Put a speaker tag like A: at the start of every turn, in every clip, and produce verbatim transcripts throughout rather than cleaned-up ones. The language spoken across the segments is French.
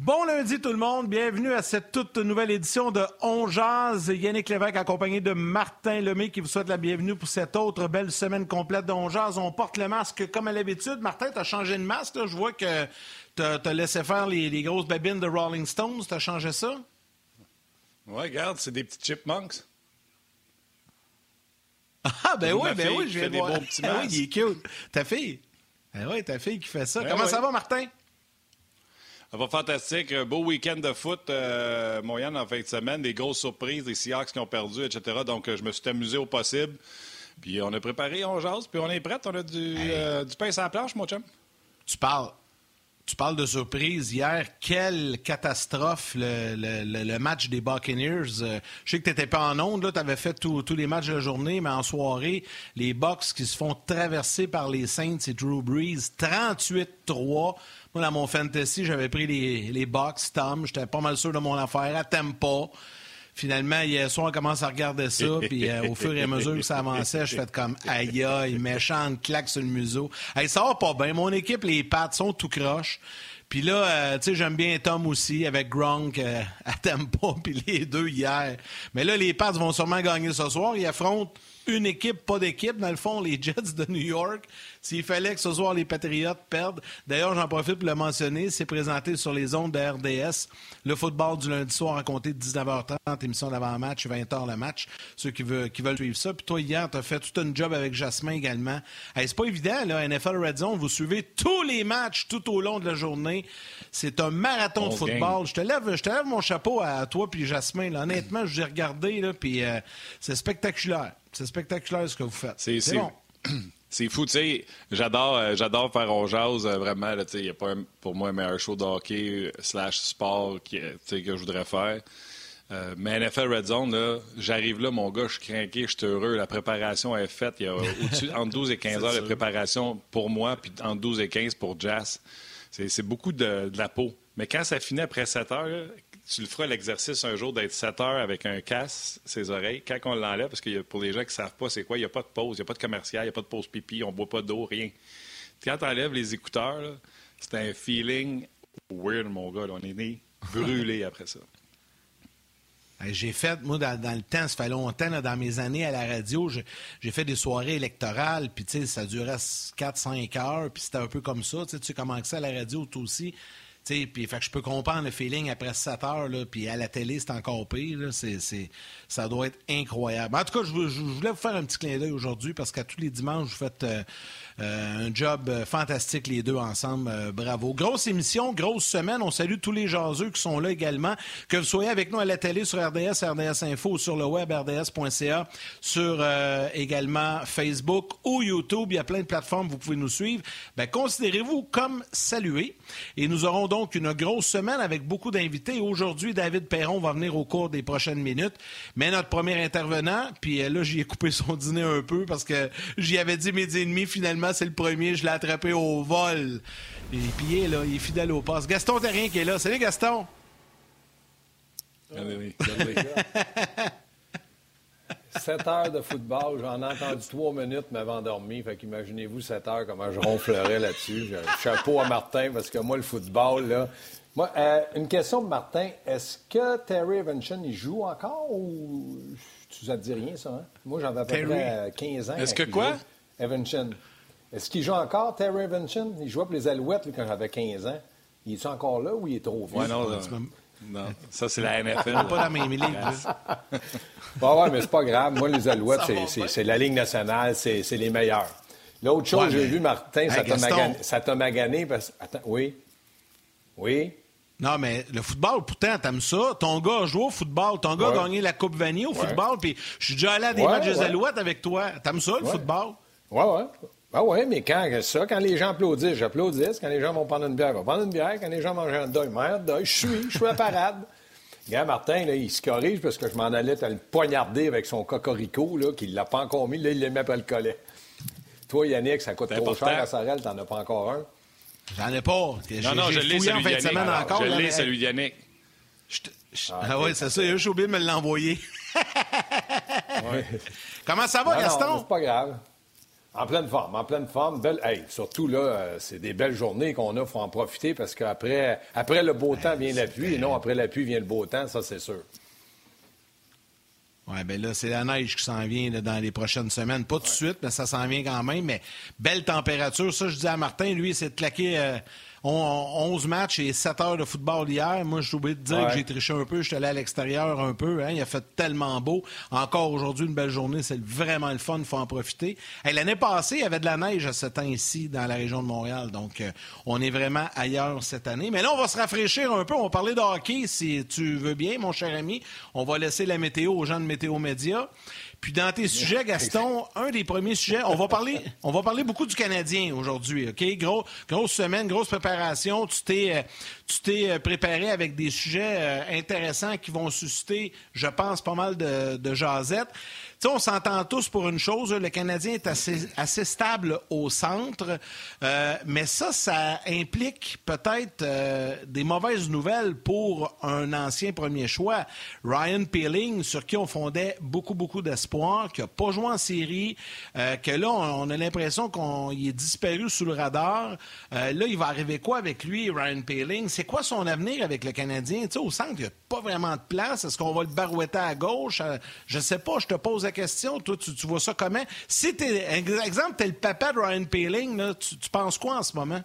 A: Bon lundi tout le monde, bienvenue à cette toute nouvelle édition de On Jase. Yannick Lévesque accompagné de Martin Lemay qui vous souhaite la bienvenue pour cette autre belle semaine complète de On Jase. On porte le masque comme à l'habitude. Martin, t'as changé de masque, là. Je vois que t'as, t'as laissé faire les, les grosses babines de Rolling Stones. T'as changé ça?
B: Ouais, regarde, c'est des petits chipmunks.
A: Ah, ben oui, ben oui, je viens
B: de
A: de voir.
B: Des beaux petits
A: Ah
B: masques.
A: oui, il est cute. Ta fille? Ben oui, ta fille qui fait ça.
B: Ben
A: Comment
B: oui.
A: ça va, Martin?
B: Ça va fantastique. Un beau week-end de foot, euh, Moyenne, en fin de semaine. Des grosses surprises, des Seahawks qui ont perdu, et cetera. Donc, euh, je me suis amusé au possible. Puis, on a préparé, on jase, puis on est prêt. On a du,
A: Hey.
B: euh, du pain sur la planche, mon chum.
A: Tu parles. Tu parles de surprise. Hier, quelle catastrophe, le, le, le, le match des Buccaneers. Euh, je sais que tu n'étais pas en onde, tu avais fait tous les matchs de la journée, mais en soirée, les Bucs qui se font traverser par les Saints et Drew Brees, trente-huit trois. Moi, dans mon fantasy, j'avais pris les, les Bucs, Tom. J'étais pas mal sûr de mon affaire. À Tampa. Finalement, hier soir, on commence à regarder ça, puis euh, au fur et à mesure que ça avançait, je fais comme aïe aïe, méchante claque sur le museau. Hey, ça va pas bien. Mon équipe, les Pats, sont tout croche. Puis là, euh, tu sais, j'aime bien Tom aussi, avec Gronk euh, à Tampa, puis les deux hier. Mais là, les Pats vont sûrement gagner ce soir. Ils affrontent une équipe, pas d'équipe, dans le fond, les Jets de New York. S'il fallait que ce soir les Patriotes perdent. D'ailleurs, j'en profite pour le mentionner, c'est présenté sur les ondes de R D S. Le football du lundi soir à compter de dix-neuf heures trente, émission d'avant-match, vingt heures le match. Ceux qui veulent, qui veulent suivre ça. Puis toi, hier, tu as fait tout un job avec Jasmin également. Hey, c'est pas évident, là, N F L Red Zone, vous suivez tous les matchs tout au long de la journée. C'est un marathon de football. Je te lève, je te lève mon chapeau à toi puis Jasmin. Là. Honnêtement, je l'ai regardé, là, puis euh, c'est spectaculaire. C'est spectaculaire ce que vous faites.
B: C'est,
A: c'est,
B: c'est
A: bon.
B: C'est fou, tu sais. J'adore, euh, j'adore faire On Jase, euh, vraiment. Il n'y a pas, un, pour moi, un meilleur show de hockey slash sport qui, que je voudrais faire. Euh, mais N F L Red Zone, là, j'arrive là, mon gars, je suis craqué, je suis heureux. La préparation est faite. Il y a au-dessus, entre douze et quinze heures de préparation pour moi, puis entre douze et quinze pour Jazz. C'est, c'est beaucoup de, de la peau. Mais quand ça finit après sept heures, là, tu le feras l'exercice un jour d'être sept heures avec un casque, ses oreilles, quand on l'enlève, parce que pour les gens qui ne savent pas c'est quoi, il n'y a pas de pause, il n'y a pas de commercial, il n'y a pas de pause pipi, on ne boit pas d'eau, rien. Quand tu enlèves les écouteurs, là, c'est un feeling weird, mon gars. Là, on est né brûlé après ça.
A: J'ai fait, moi, dans, dans le temps, ça fait longtemps, là, dans mes années à la radio, je, j'ai fait des soirées électorales, puis tu sais, ça durait quatre cinq heures, puis c'était un peu comme ça. Tu sais comment que ça à la radio, toi aussi. Puis, fait que je peux comprendre le feeling après sept heures, là, puis à la télé, c'est encore pire. Là, c'est, c'est, ça doit être incroyable. En tout cas, je, je, je voulais vous faire un petit clin d'œil aujourd'hui parce qu'à tous les dimanches, vous faites euh, euh, un job euh, fantastique, les deux ensemble. Euh, bravo. Grosse émission, grosse semaine. On salue tous les jaseux qui sont là également. Que vous soyez avec nous à la télé sur R D S, R D S Info, ou sur le web, R D S point C A, sur euh, également Facebook ou YouTube. Il y a plein de plateformes, vous pouvez nous suivre. Ben, considérez-vous comme salués. Et nous aurons donc une grosse semaine avec beaucoup d'invités. Aujourd'hui, David Perron va venir au cours des prochaines minutes. Mais notre premier intervenant, puis là, j'y ai coupé son dîner un peu parce que j'y avais dit midi et demi. Finalement, c'est le premier. Je l'ai attrapé au vol. Et puis, il est là, il est fidèle au poste. Gaston Terrien qui est là. Salut, Gaston!
C: Ah oui, oui. sept heures de football, j'en ai entendu trois minutes m'avant dormi. Fait qu'imaginez-vous sept heures, comment je ronflerais là-dessus. J'ai un chapeau à Martin, parce que moi, le football, là... Moi, euh, une question de Martin. Est-ce que Terry Evanson, il joue encore ou... Ça te dit rien, ça, hein? Moi, j'avais à peu
A: Terry.
C: près quinze ans.
B: Est-ce que quoi?
C: Evanson. Est-ce qu'il joue encore, Terry Evanson? Il jouait pour les Alouettes, lui, quand j'avais quinze ans. Il est encore là ou il est trop vieux?
B: Ouais, non, non. Non, ça, c'est la N F L.
A: Pas la même ligue.
C: Bon, ouais, mais c'est pas grave. Moi, les Alouettes, c'est, c'est, c'est la Ligue nationale, c'est, c'est les meilleurs. L'autre chose, ouais, j'ai mais... vu, Martin, ça, hey, t'a magané, ça t'a magané parce... Attends, oui? Oui?
A: Non, mais le football, pourtant, t'aimes ça. Ton gars a joué au football. Ton gars ouais. a gagné la Coupe Vanier au ouais. football. Puis je suis déjà allé à des ouais, matchs des ouais. Alouettes avec toi. T'aimes ça, le
C: ouais.
A: football?
C: Oui, oui. Ah oui, mais quand ça, quand les gens applaudissent, j'applaudisse. Quand les gens vont prendre une bière, ils vont prendre une bière. Quand les gens mangent un deuil, merde, deuil. Je suis, je suis à la parade. Regarde, Martin, là, il se corrige parce que je m'en allais te le poignarder avec son cocorico, là, qu'il ne l'a pas encore mis. Là, il l'a mis après le collet. Toi, Yannick, ça coûte trop cher à Sorel, t'en as pas encore un?
A: J'en ai pas. J'ai,
B: non, non,
A: j'ai
B: je l'ai, celui de Yannick. Alors, encore, je là, l'ai, mais... celui de Yannick.
A: Je te... je... Ah, ah okay, oui, c'est ça. J'ai oublié de me l'envoyer. Ouais. Comment ça va,
C: non,
A: Gaston?
C: Non, c'est pas grave. En pleine forme, en pleine forme. Belle... Hey, surtout, là, euh, c'est des belles journées qu'on a, il faut en profiter parce qu'après après le beau temps vient la pluie et non après la pluie vient le beau temps, ça, c'est sûr.
A: Oui, bien là, c'est la neige qui s'en vient là, dans les prochaines semaines. Pas tout de ouais. suite, mais ça s'en vient quand même. Mais belle température. Ça, je dis à Martin, lui, c'est de claquer euh, onze matchs et sept heures de football hier. Moi, j'ai oublié de dire ouais. que j'ai triché un peu. Je suis allé à l'extérieur un peu. Hein. Il a fait tellement beau. Encore aujourd'hui, une belle journée. C'est vraiment le fun. Il faut en profiter. Hey, l'année passée, il y avait de la neige à ce temps-ci dans la région de Montréal. Donc, euh, on est vraiment ailleurs cette année. Mais là, on va se rafraîchir un peu. On va parler de hockey, si tu veux bien, mon cher ami. On va laisser la météo aux gens de Météo Média. Puis dans tes sujets, Gaston, un des premiers sujets, on va parler, on va parler beaucoup du Canadien aujourd'hui, OK? Gros, grosse semaine, grosse préparation. Tu t'es, tu t'es préparé avec des sujets intéressants qui vont susciter, je pense, pas mal de, de jasettes. Tu sais, on s'entend tous pour une chose, le Canadien est assez, assez stable au centre, euh, mais ça, ça implique peut-être euh, des mauvaises nouvelles pour un ancien premier choix. Ryan Poehling, sur qui on fondait beaucoup, beaucoup d'espoir, qui n'a pas joué en série, euh, que là, on, on a l'impression qu'il est disparu sous le radar. Euh, là, il va arriver quoi avec lui, Ryan Poehling? C'est quoi son avenir avec le Canadien? Tu sais, au centre, il n'y a pas vraiment de place. Est-ce qu'on va le barouetter à gauche? Euh, je ne sais pas, je te pose la question. Toi, tu, tu vois ça comment? Si t'es, exemple, tu es le papa de Ryan Poehling, là, tu, tu penses quoi en ce moment?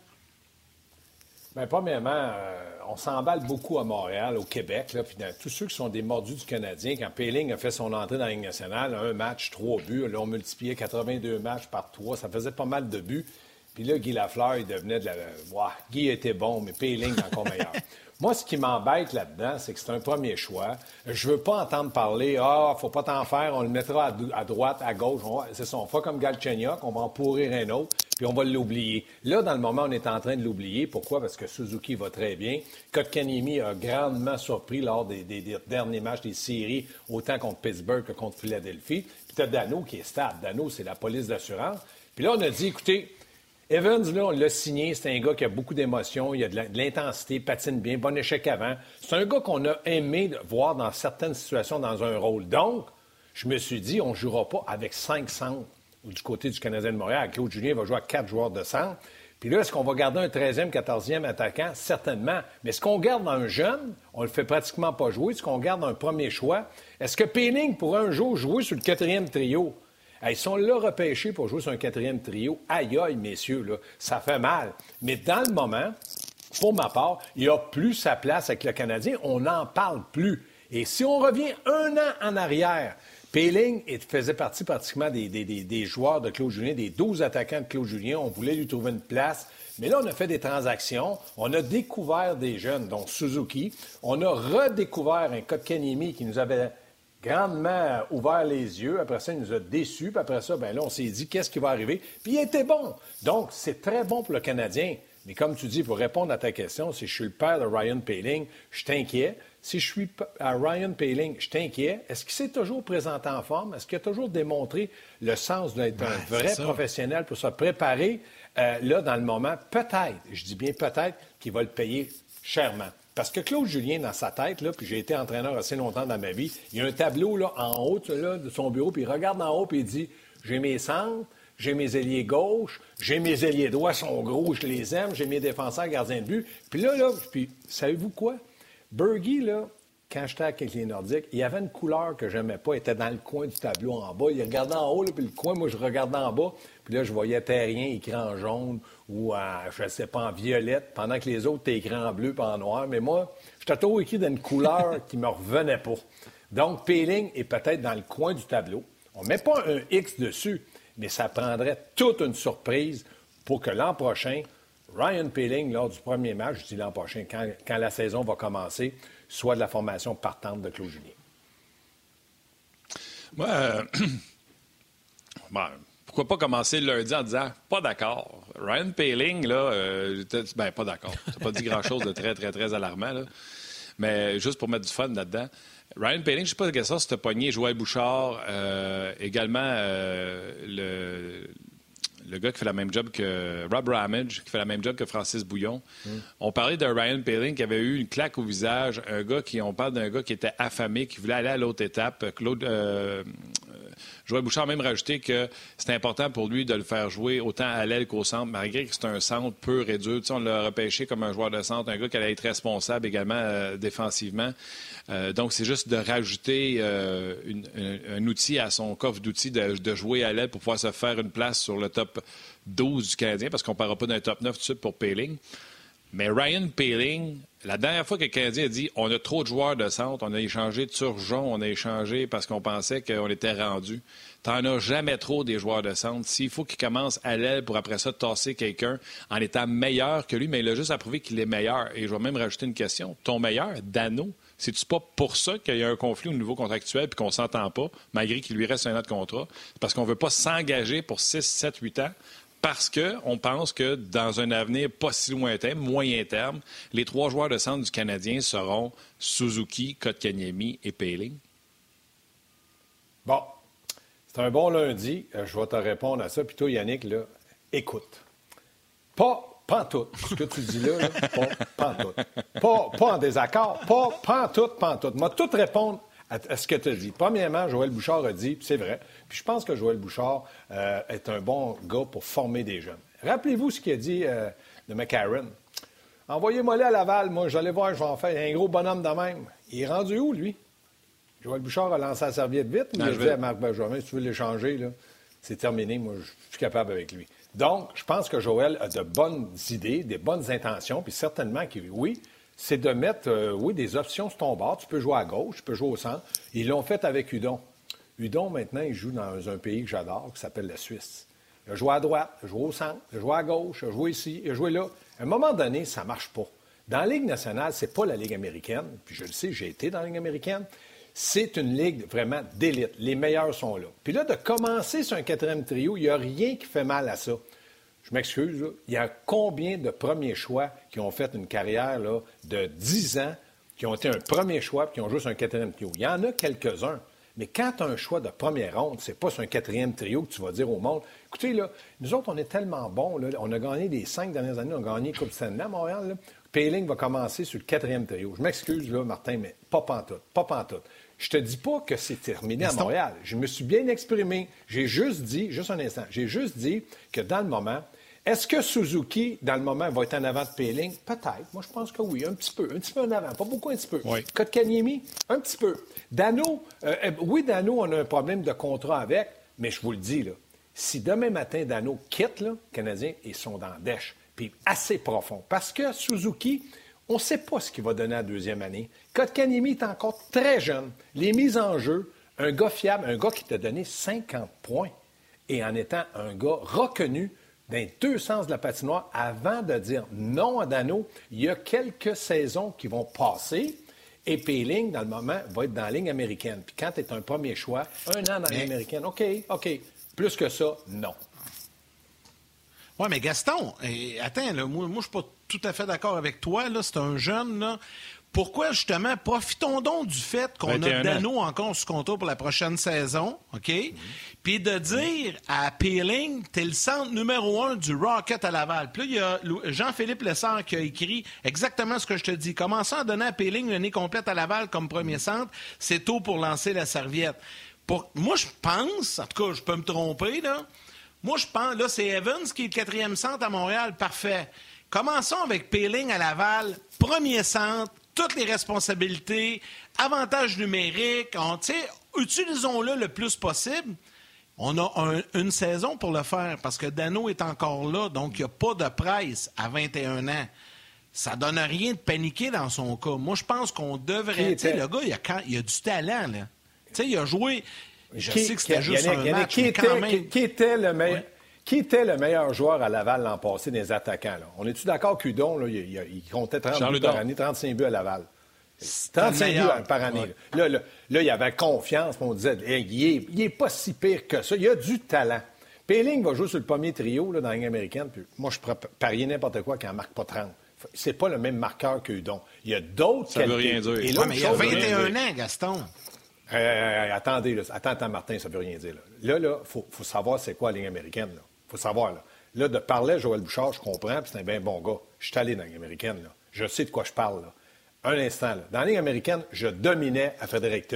C: Bien, premièrement, euh, on s'emballe beaucoup à Montréal, au Québec, là, puis dans tous ceux qui sont des mordus du Canadien, quand Poehling a fait son entrée dans la Ligue nationale, un match, trois buts, là, on multipliait quatre-vingt-deux matchs par trois, ça faisait pas mal de buts. Puis là, Guy Lafleur, il devenait de la... Wow, Guy était bon, mais Poehling encore meilleur. Moi, ce qui m'embête là-dedans, c'est que c'est un premier choix. Je veux pas entendre parler « Ah, faut pas t'en faire, on le mettra à, à droite, à gauche. » C'est ça, on fera comme Galchenyuk, on va en pourrir un autre, puis on va l'oublier. Là, dans le moment, on est en train de l'oublier. Pourquoi? Parce que Suzuki va très bien. Kotkaniemi a grandement surpris lors des, des, des derniers matchs des séries, autant contre Pittsburgh que contre Philadelphie. Puis tu as Dano qui est stable. Dano, c'est la police d'assurance. Puis là, on a dit, écoutez, Evans, là, on l'a signé. C'est un gars qui a beaucoup d'émotions, il a de, la, de l'intensité, patine bien, bon échec avant. C'est un gars qu'on a aimé voir dans certaines situations dans un rôle. Donc, je me suis dit, on ne jouera pas avec cinq centres du côté du Canadien de Montréal. Claude Julien va jouer à quatre joueurs de centre. Puis là, est-ce qu'on va garder un treizième, quatorzième attaquant? Certainement. Mais est-ce qu'on garde un jeune? On le fait pratiquement pas jouer. Est-ce qu'on garde un premier choix? Est-ce que Poehling pourrait un jour jouer sur le quatrième trio? Hey, si on l'a repêché pour jouer sur un quatrième trio, aïe aïe, messieurs, là, ça fait mal. Mais dans le moment, pour ma part, il n'a plus sa place avec le Canadien. On n'en parle plus. Et si on revient un an en arrière, Poehling faisait partie pratiquement des, des, des, des joueurs de Claude Julien, des douze attaquants de Claude Julien. On voulait lui trouver une place. Mais là, on a fait des transactions. On a découvert des jeunes, dont Suzuki. On a redécouvert un Kotkaniemi qui nous avait grandement ouvert les yeux. Après ça, il nous a déçus. Puis après ça, bien là, on s'est dit, qu'est-ce qui va arriver? Puis il était bon. Donc, c'est très bon pour le Canadien. Mais comme tu dis, pour répondre à ta question, si je suis le père de Ryan Poehling, je t'inquiète. Si je suis à Ryan Poehling, je t'inquiète. Est-ce qu'il s'est toujours présenté en forme? Est-ce qu'il a toujours démontré le sens d'être ouais, un vrai professionnel pour se préparer? Euh, là, dans le moment, peut-être, je dis bien peut-être, qu'il va le payer chèrement. Parce que Claude Julien, dans sa tête, là, puis j'ai été entraîneur assez longtemps dans ma vie, il y a un tableau là, en haut là, de son bureau, puis il regarde en haut, puis il dit « J'ai mes centres, j'ai mes ailiers gauches, j'ai mes ailiers droits, sont gros, je les aime, j'ai mes défenseurs gardiens de but. » Puis là, là, puis savez-vous quoi? Bergie, là, quand j'étais avec les Nordiques, il y avait une couleur que j'aimais pas, il était dans le coin du tableau en bas. Il regardait en haut, là, puis le coin, moi, je regardais en bas, puis là, je voyais terrien écrit en jaune ou, en, je ne sais pas, en violette, pendant que les autres étaient écrits en bleu et en noir. Mais moi, j'étais toujours écrit dans une couleur qui ne me revenait pas. Donc, Poehling est peut-être dans le coin du tableau. On ne met pas un X dessus, mais ça prendrait toute une surprise pour que l'an prochain, Ryan Poehling, lors du premier match, je dis l'an prochain, quand, quand la saison va commencer, soit de la formation partante de Claude Julien.
B: Moi, euh... bon, pourquoi pas commencer le lundi en disant « pas d'accord ». Ryan Poehling, là, euh, ben pas d'accord. Tu n'as pas dit grand-chose de très, très, très alarmant, là. Mais juste pour mettre du fun là-dedans. Ryan Poehling, je ne sais pas quelle sorte, c'était pogné Joël Bouchard, euh, également euh, le... le gars qui fait la même job que Rob Ramage, qui fait la même job que Francis Bouillon. Mm. On parlait de Ryan Poehling qui avait eu une claque au visage, un gars qui, on parle d'un gars qui était affamé, qui voulait aller à l'autre étape. Claude, euh, Joël Bouchard a même rajouté que c'est important pour lui de le faire jouer autant à l'aile qu'au centre, malgré que c'est un centre pur et dur. Tu sais, on l'a repêché comme un joueur de centre, un gars qui allait être responsable également euh, défensivement. Euh, donc, c'est juste de rajouter euh, une, un, un outil à son coffre d'outils de, de jouer à l'aile pour pouvoir se faire une place sur le top douze du Canadien, parce qu'on ne parlera pas d'un top neuf tout de suite pour Poehling. Mais Ryan Poehling, la dernière fois que le Canadien a dit on a trop de joueurs de centre, on a échangé de Turgeon, on a échangé parce qu'on pensait qu'on était rendu. T'en as jamais trop des joueurs de centre. S'il faut qu'il commence à l'aile pour après ça tasser quelqu'un en étant meilleur que lui, mais il a juste à prouver qu'il est meilleur. Et je vais même rajouter une question. Ton meilleur, Dano, c'est-tu pas pour ça qu'il y a un conflit au niveau contractuel et qu'on ne s'entend pas, malgré qu'il lui reste un an de contrat? C'est parce qu'on ne veut pas s'engager pour six, sept, huit ans. Parce qu'on pense que dans un avenir pas si lointain, moyen terme, les trois joueurs de centre du Canadien seront Suzuki, Kotkaniemi et Poehling.
C: Bon, c'est un bon lundi. Je vais te répondre à ça. Puis toi, Yannick, là, écoute. Pas, pas en tout. Ce que tu dis là, là pas, pas en tout. Pas, pas en désaccord. Pas, pas en tout, pas en tout. Moi, tout répondre à, à ce que tu as dit. Premièrement, Joël Bouchard a dit, puis c'est vrai, puis je pense que Joël Bouchard euh, est un bon gars pour former des jeunes. Rappelez-vous ce qu'il a dit euh, de McCarron. Envoyez-moi-le à Laval, moi, j'allais voir, je vais en faire un gros bonhomme de même. Il est rendu où, lui? Joël Bouchard a lancé la serviette vite, ou il a dit à Marc Benjamin, si tu veux l'échanger, là, c'est terminé, moi, je suis capable avec lui. Donc, je pense que Joël a de bonnes idées, des bonnes intentions, puis certainement que oui, c'est de mettre, euh, oui, des options sur ton bord. Tu peux jouer à gauche, tu peux jouer au centre. Ils l'ont fait avec Hudon. Hudon, maintenant, il joue dans un pays que j'adore, qui s'appelle la Suisse. Il a joué à droite, il a joué au centre, il a joué à gauche, il a joué ici, il a joué là. À un moment donné, ça ne marche pas. Dans la Ligue nationale, c'est pas la Ligue américaine, puis je le sais, j'ai été dans la Ligue américaine. C'est une ligue vraiment d'élite. Les meilleurs sont là. Puis là, de commencer sur un quatrième trio, il n'y a rien qui fait mal à ça. Je m'excuse, là. Il y a combien de premiers choix qui ont fait une carrière là, de dix ans, qui ont été un premier choix et qui ont joué sur un quatrième trio? Il y en a quelques-uns. Mais quand tu as un choix de première ronde, c'est pas sur un quatrième trio que tu vas dire au monde. Écoutez, là, nous autres, on est tellement bons. Là, on a gagné les cinq dernières années, on a gagné Coupe Stanley à Montréal. Là. Poehling va commencer sur le quatrième trio. Je m'excuse, là, Martin, mais pas pantoute, pas pantoute. Je te dis pas que c'est terminé à Montréal. Je me suis bien exprimé. J'ai juste dit, juste un instant, j'ai juste dit que dans le moment, est-ce que Suzuki, dans le moment, va être en avant de Poehling? Peut-être. Moi, je pense que oui, un petit peu. Un petit peu en avant. Pas beaucoup, un petit peu.
B: Oui.
C: Kotkaniemi, un petit peu. Dano, euh, oui, Dano, on a un problème de contrat avec, mais je vous le dis, là, si demain matin, Dano quitte, là, les Canadiens, ils sont dans le dèche. Puis assez profond. Parce que Suzuki, on ne sait pas ce qu'il va donner à la deuxième année. Kotkaniemi est encore très jeune. Les mises en jeu, un gars fiable, un gars qui t'a donné cinquante points et en étant un gars reconnu dans les deux sens de la patinoire avant de dire non à Dano, il y a quelques saisons qui vont passer et Poehling, dans le moment, va être dans la ligne américaine. Puis quand tu es un premier choix, un an dans la ligne américaine, OK, OK. Plus que ça, non.
A: Oui, mais Gaston, eh, attends, là, moi, moi je ne suis pas tout à fait d'accord avec toi. Là, c'est un jeune. Là. Pourquoi, justement, profitons donc du fait qu'on a Dano encore sous contrat pour la prochaine saison, OK? Mm-hmm. Puis de dire à Poehling, t'es le centre numéro un du Rocket à Laval. Puis là, il y a Jean-Philippe Lessard qui a écrit exactement ce que je te dis. Commençons à donner à Poehling l'année complète à Laval comme premier centre, c'est tôt pour lancer la serviette. Pour... Moi, je pense, en tout cas, je peux me tromper, là. Moi, je pense, là, c'est Evans qui est le quatrième centre à Montréal. Parfait. Commençons avec Poehling à Laval, premier centre, toutes les responsabilités, avantages numériques, on, utilisons-le le plus possible. On a un, une saison pour le faire parce que Dano est encore là, donc il n'y a pas de presse à vingt et un ans. Ça ne donne rien de paniquer dans son cas. Moi, je pense qu'on devrait... Tu sais, le gars, il a, quand, il a du talent, là. Tu sais, il a joué... Je qui, sais que c'était qui, juste Yannick, un Yannick, match,
C: qui,
A: mais
C: était,
A: quand même...
C: qui, qui, était le meilleur,
A: ouais.
C: qui était le meilleur joueur à Laval l'an passé des attaquants? Là? On est-tu d'accord qu'Hudon, là, il, il, il comptait trente buts par année, trente-cinq buts à Laval? trente-cinq buts par année. Ouais. Là, là, là, il avait confiance. On disait, hey, il n'est pas si pire que ça. Il a du talent. Poehling va jouer sur le premier trio là, dans la Ligue américaine. Puis moi, je pourrais parier n'importe quoi qu'il n'en marque pas trente. C'est pas le même marqueur qu'Hudon. Il y a d'autres
B: ça qualités. Ça veut rien dire.
A: Et là, ouais, mais il y a vingt et un ans, Gaston.
C: Euh, euh, attendez, là, attends, attends, Martin, ça veut rien dire. Là, là, il faut, faut savoir c'est quoi la Ligue américaine. Il faut savoir. Là. là, de parler à Joël Bouchard, je comprends, puis c'est un bien bon gars. Je suis allé dans la Ligue américaine. Là. Je sais de quoi je parle. Là. Un instant. Là. Dans la Ligue américaine, je dominais à Fredericton.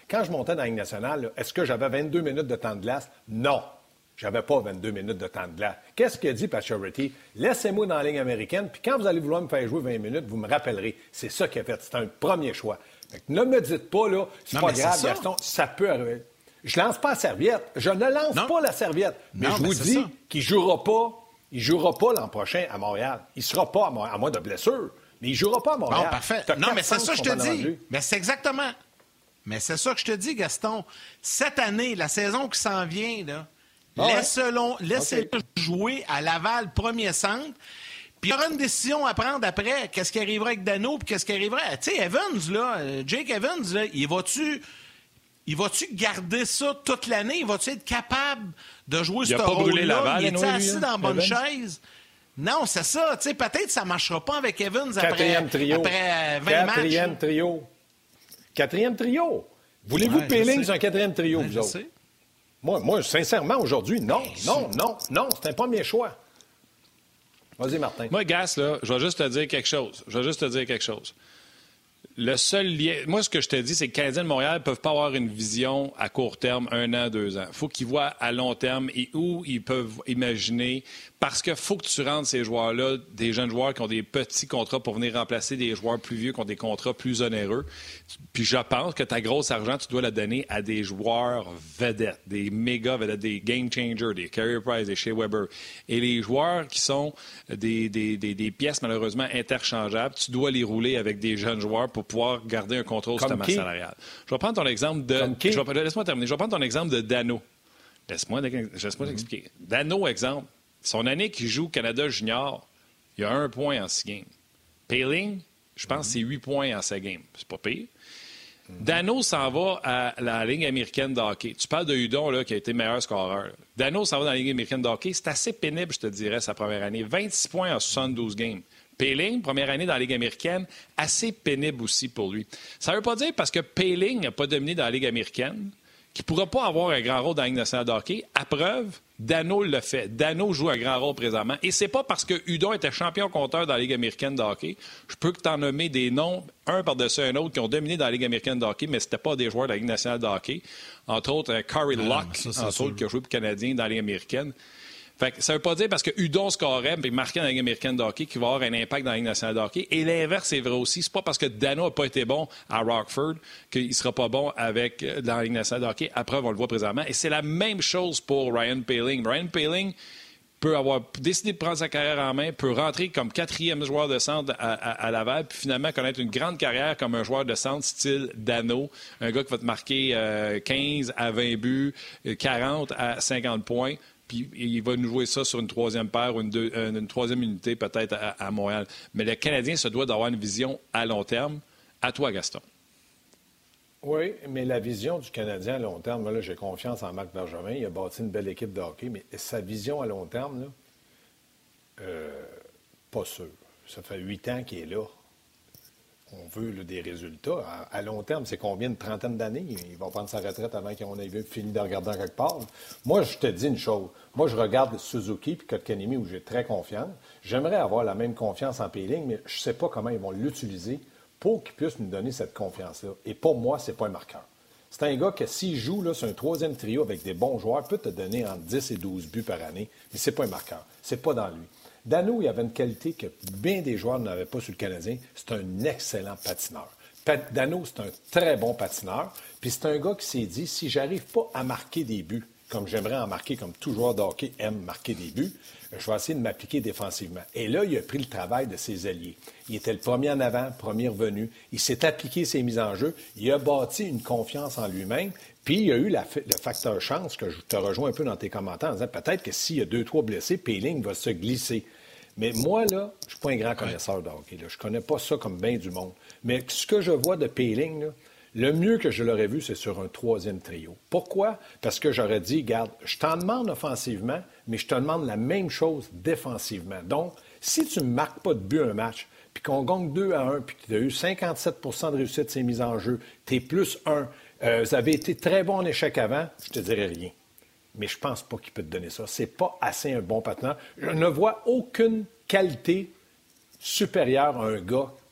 C: Quand je montais dans la Ligue nationale, là, est-ce que j'avais vingt-deux minutes de temps de glace? Non. J'avais pas vingt-deux minutes de temps de glace. Qu'est-ce qu'il a dit, Pacioretty? Laissez-moi dans la Ligue américaine, puis quand vous allez vouloir me faire jouer vingt minutes, vous me rappellerez. C'est ça qu'il a fait. C'est un premier choix. Fait que ne me dites pas, là, c'est non, pas grave, c'est Gaston, ça peut arriver. Je lance pas la serviette. Je ne lance non. pas la serviette. Mais non, je vous mais dis ça. qu'il ne jouera pas. Il jouera pas l'an prochain à Montréal. Il ne sera pas à Montréal, à moins de blessure. Mais il ne jouera pas à Montréal.
A: Bon, parfait. Non, mais c'est ça que je te dis. Mais c'est exactement. Mais c'est ça que je te dis, Gaston. Cette année, la saison qui s'en vient, là, ah laissez-le ouais. laissez okay. jouer à Laval, premier centre. Puis il y aura une décision à prendre après. Qu'est-ce qui arrivera avec Dano, puis qu'est-ce qui arrivera... Tu sais, Evans, là, Jake Evans, là, il va-tu... Il va-tu garder ça toute l'année? Il va-tu être capable de jouer ce rôle-là? Il est assis dans la bonne chaise? Non, c'est ça. Tu sais, peut-être que ça ne marchera pas avec Evans après,
C: trio.
A: après vingt
C: quatrième
A: matchs.
C: Quatrième trio. Quatrième trio. Voulez-vous ouais, Péling sur un quatrième trio, ouais, vous autres?
A: Sais.
C: Moi, moi, sincèrement, aujourd'hui, non, ben, non, non, non. C'est un premier choix. Vas-y, Martin.
B: Moi, Gas, là, je vais juste te dire quelque chose. Je vais juste te dire quelque chose. Le seul lien... Moi, ce que je te dis, c'est que les Canadiens de Montréal ne peuvent pas avoir une vision à court terme, un an, deux ans. Il faut qu'ils voient à long terme et où ils peuvent imaginer. Parce qu'il faut que tu rentres ces joueurs-là, des jeunes joueurs qui ont des petits contrats pour venir remplacer des joueurs plus vieux qui ont des contrats plus onéreux. Puis je pense que ta grosse argent, tu dois la donner à des joueurs vedettes, des méga vedettes, des game changers, des Carey Price, des Shea Weber. Et les joueurs qui sont des, des, des, des pièces malheureusement interchangeables, tu dois les rouler avec des jeunes joueurs pour pouvoir garder un contrôle sur ta masse salariale. Je vais prendre ton exemple de... Je vais, laisse-moi terminer. Je vais prendre ton exemple de Dano. Laisse-moi, laisse-moi mm-hmm. t'expliquer. Dano, exemple. Son année qu'il joue Canada Junior, il y a un point en six games. Poehling, je pense que c'est huit points en six games. C'est pas pire. Mm-hmm. Dano s'en va à la Ligue américaine de hockey. Tu parles de Hudon, là, qui a été meilleur scoreur. Dano s'en va dans la Ligue américaine de hockey. C'est assez pénible, je te dirais, sa première année. vingt-six points en soixante-douze games. Poehling, première année dans la Ligue américaine, assez pénible aussi pour lui. Ça ne veut pas dire parce que Poehling n'a pas dominé dans la Ligue américaine qu'il ne pourra pas avoir un grand rôle dans la Ligue nationale de hockey. À preuve, Dano le fait. Dano joue un grand rôle présentement. Et c'est pas parce que Hudon était champion compteur dans la Ligue américaine de hockey. Je peux que t'en nommer des noms, un par-dessus un autre, qui ont dominé dans la Ligue américaine de hockey, mais c'était pas des joueurs de la Ligue nationale de hockey. Entre autres, uh, Corey ah, Locke, ça, entre sûr. autres, qui a joué pour le Canadien dans la Ligue américaine. Fait que ça ne veut pas dire parce que Hudon scorait et marquait dans la Ligue américaine de hockey qu'il va avoir un impact dans la Ligue nationale de hockey. Et l'inverse est vrai aussi. C'est pas parce que Dano n'a pas été bon à Rockford qu'il ne sera pas bon avec, dans la Ligue nationale de hockey. Après, on le voit présentement. Et c'est la même chose pour Ryan Poehling. Ryan Poehling peut avoir décidé de prendre sa carrière en main, peut rentrer comme quatrième joueur de centre à, à, à Laval, puis finalement connaître une grande carrière comme un joueur de centre style Dano, un gars qui va te marquer euh, quinze à vingt buts, quarante à cinquante points. Puis il va nous jouer ça sur une troisième paire ou une, deux, une, une troisième unité peut-être à, à Montréal. Mais le Canadien se doit d'avoir une vision à long terme. À toi, Gaston.
C: Oui, mais la vision du Canadien à long terme, là, j'ai confiance en Marc Bergevin. Il a bâti une belle équipe de hockey, mais sa vision à long terme, là, euh, pas sûr. Ça fait huit ans qu'il est là. On veut là, des résultats. À, à long terme, c'est combien? Une trentaine d'années? Il va prendre sa retraite avant qu'on ait fini de regarder en quelque part. Moi, je te dis une chose. Moi, je regarde Suzuki et Kotkaniemi où j'ai très confiance. J'aimerais avoir la même confiance en Poehling, mais je ne sais pas comment ils vont l'utiliser pour qu'ils puissent nous donner cette confiance-là. Et pour moi, ce n'est pas un marqueur. C'est un gars que s'il joue là, sur un troisième trio avec des bons joueurs, peut te donner entre dix et douze buts par année, mais ce n'est pas un marqueur. Ce n'est pas dans lui. Dano, il avait une qualité que bien des joueurs n'avaient pas sur le Canadien. C'est un excellent patineur. Pat- Dano, c'est un très bon patineur. Puis c'est un gars qui s'est dit, si j'arrive pas à marquer des buts, comme j'aimerais en marquer, comme tout joueur de hockey aime marquer des buts, je vais essayer de m'appliquer défensivement. Et là, il a pris le travail de ses alliés. Il était le premier en avant, premier revenu. Il s'est appliqué ses mises en jeu. Il a bâti une confiance en lui-même. Puis, il y a eu la, le facteur chance, que je te rejoins un peu dans tes commentaires, en disant peut-être que s'il y a deux, trois blessés, Poehling va se glisser. Mais moi, là, je ne suis pas un grand connaisseur de hockey. Là. Je ne connais pas ça comme bien du monde. Mais ce que je vois de Poehling, là, le mieux que je l'aurais vu, c'est sur un troisième trio. Pourquoi? Parce que j'aurais dit, regarde, je t'en demande offensivement, mais je te demande la même chose défensivement. Donc, si tu ne marques pas de but un match, puis qu'on gagne deux à un, puis que tu as eu cinquante-sept pour cent de réussite de ces mises en jeu, tu es plus un, euh, vous avez été très bon en échec avant, je te dirais rien. Mais je ne pense pas qu'il peut te donner ça. Ce n'est pas assez un bon patineur. Je ne vois aucune qualité supérieure à un gars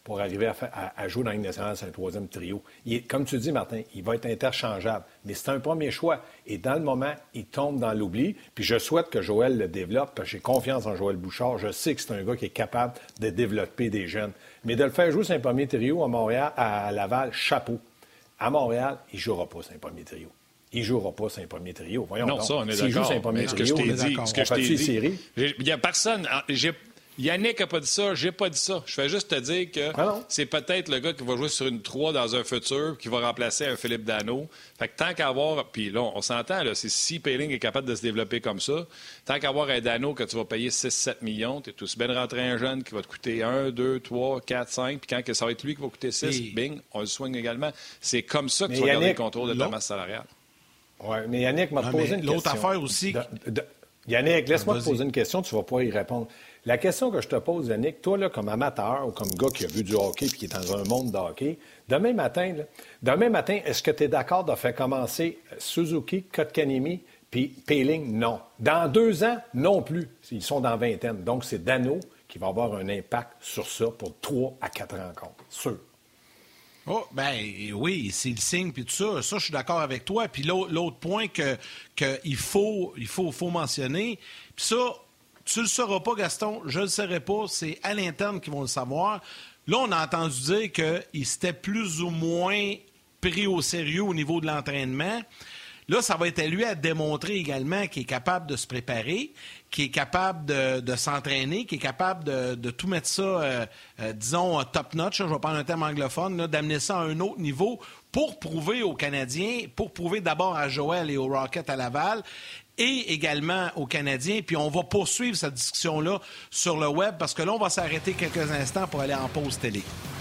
C: pour arriver à, faire, à, à jouer dans une nationale, c'est un troisième trio. Il est, comme tu dis, Martin, il va être interchangeable, mais c'est un premier choix. Et dans le moment, il tombe dans l'oubli. Puis je souhaite que Joël le développe, parce que j'ai confiance en Joël Bouchard. Je sais que c'est un gars qui est capable de développer des jeunes. Mais de le faire jouer sur un premier trio à Montréal, à Laval, chapeau. À Montréal, il ne jouera pas sur un premier trio. Il ne jouera pas sur un premier trio. Voyons
B: non,
C: donc.
B: ça, on est
C: S'il
B: d'accord.
C: joue sur un premier
B: mais
C: trio,
B: ce que je t'ai
C: on est
B: dit,
C: d'accord.
B: ce que
C: On
B: je t'ai
C: fait-tu
B: dit,
C: série?
B: il n'y a personne... J'ai, Yannick n'a pas dit ça, j'ai pas dit ça. Je fais juste te dire que
C: ah
B: c'est peut-être le gars qui va jouer sur une trois dans un futur, qui va remplacer un Philippe Danault. Fait que tant qu'à avoir... Puis là, on s'entend, là, c'est si Poehling est capable de se développer comme ça, tant qu'à avoir un Danault que tu vas payer six sept millions, tu es aussi bien de rentrer un jeune qui va te coûter un, deux, trois, quatre, cinq, puis quand ça va être lui qui va coûter six, Et... bing, on le swing également. C'est comme ça que mais tu vas Yannick, garder le contrôle de ta masse salariale.
C: Oui, mais Yannick m'a posé une
A: l'autre
C: question.
A: L'autre affaire aussi...
C: De, de... Yannick, laisse-moi te poser une question, tu vas pouvoir y répondre. La question que je te pose, Yannick, toi, là, comme amateur ou comme gars qui a vu du hockey et qui est dans un monde de hockey, demain matin, là, demain matin, est-ce que tu es d'accord de faire commencer Suzuki, Kotkaniemi puis Poehling? Non. Dans deux ans, non plus. Ils sont dans vingtaine. Donc, c'est Danault qui va avoir un impact sur ça pour trois à quatre rencontres. Sûr.
A: Oh, ben oui, c'est le signe puis tout ça. Ça, je suis d'accord avec toi. Puis l'autre, l'autre point que, que il faut, il faut, faut mentionner, puis ça, tu le sauras pas, Gaston, je le saurai pas, c'est à l'interne qu'ils vont le savoir. Là, on a entendu dire qu'il s'était plus ou moins pris au sérieux au niveau de l'entraînement. Là, ça va être à lui à démontrer également qu'il est capable de se préparer, qu'il est capable de, de s'entraîner, qu'il est capable de, de tout mettre ça, euh, euh, disons, top-notch, je vais prendre un terme anglophone, là, d'amener ça à un autre niveau pour prouver aux Canadiens, pour prouver d'abord à Joël et aux Rockets à Laval, et également aux Canadiens. Puis on va poursuivre cette discussion-là sur le web parce que là, on va s'arrêter quelques instants pour aller en pause télé.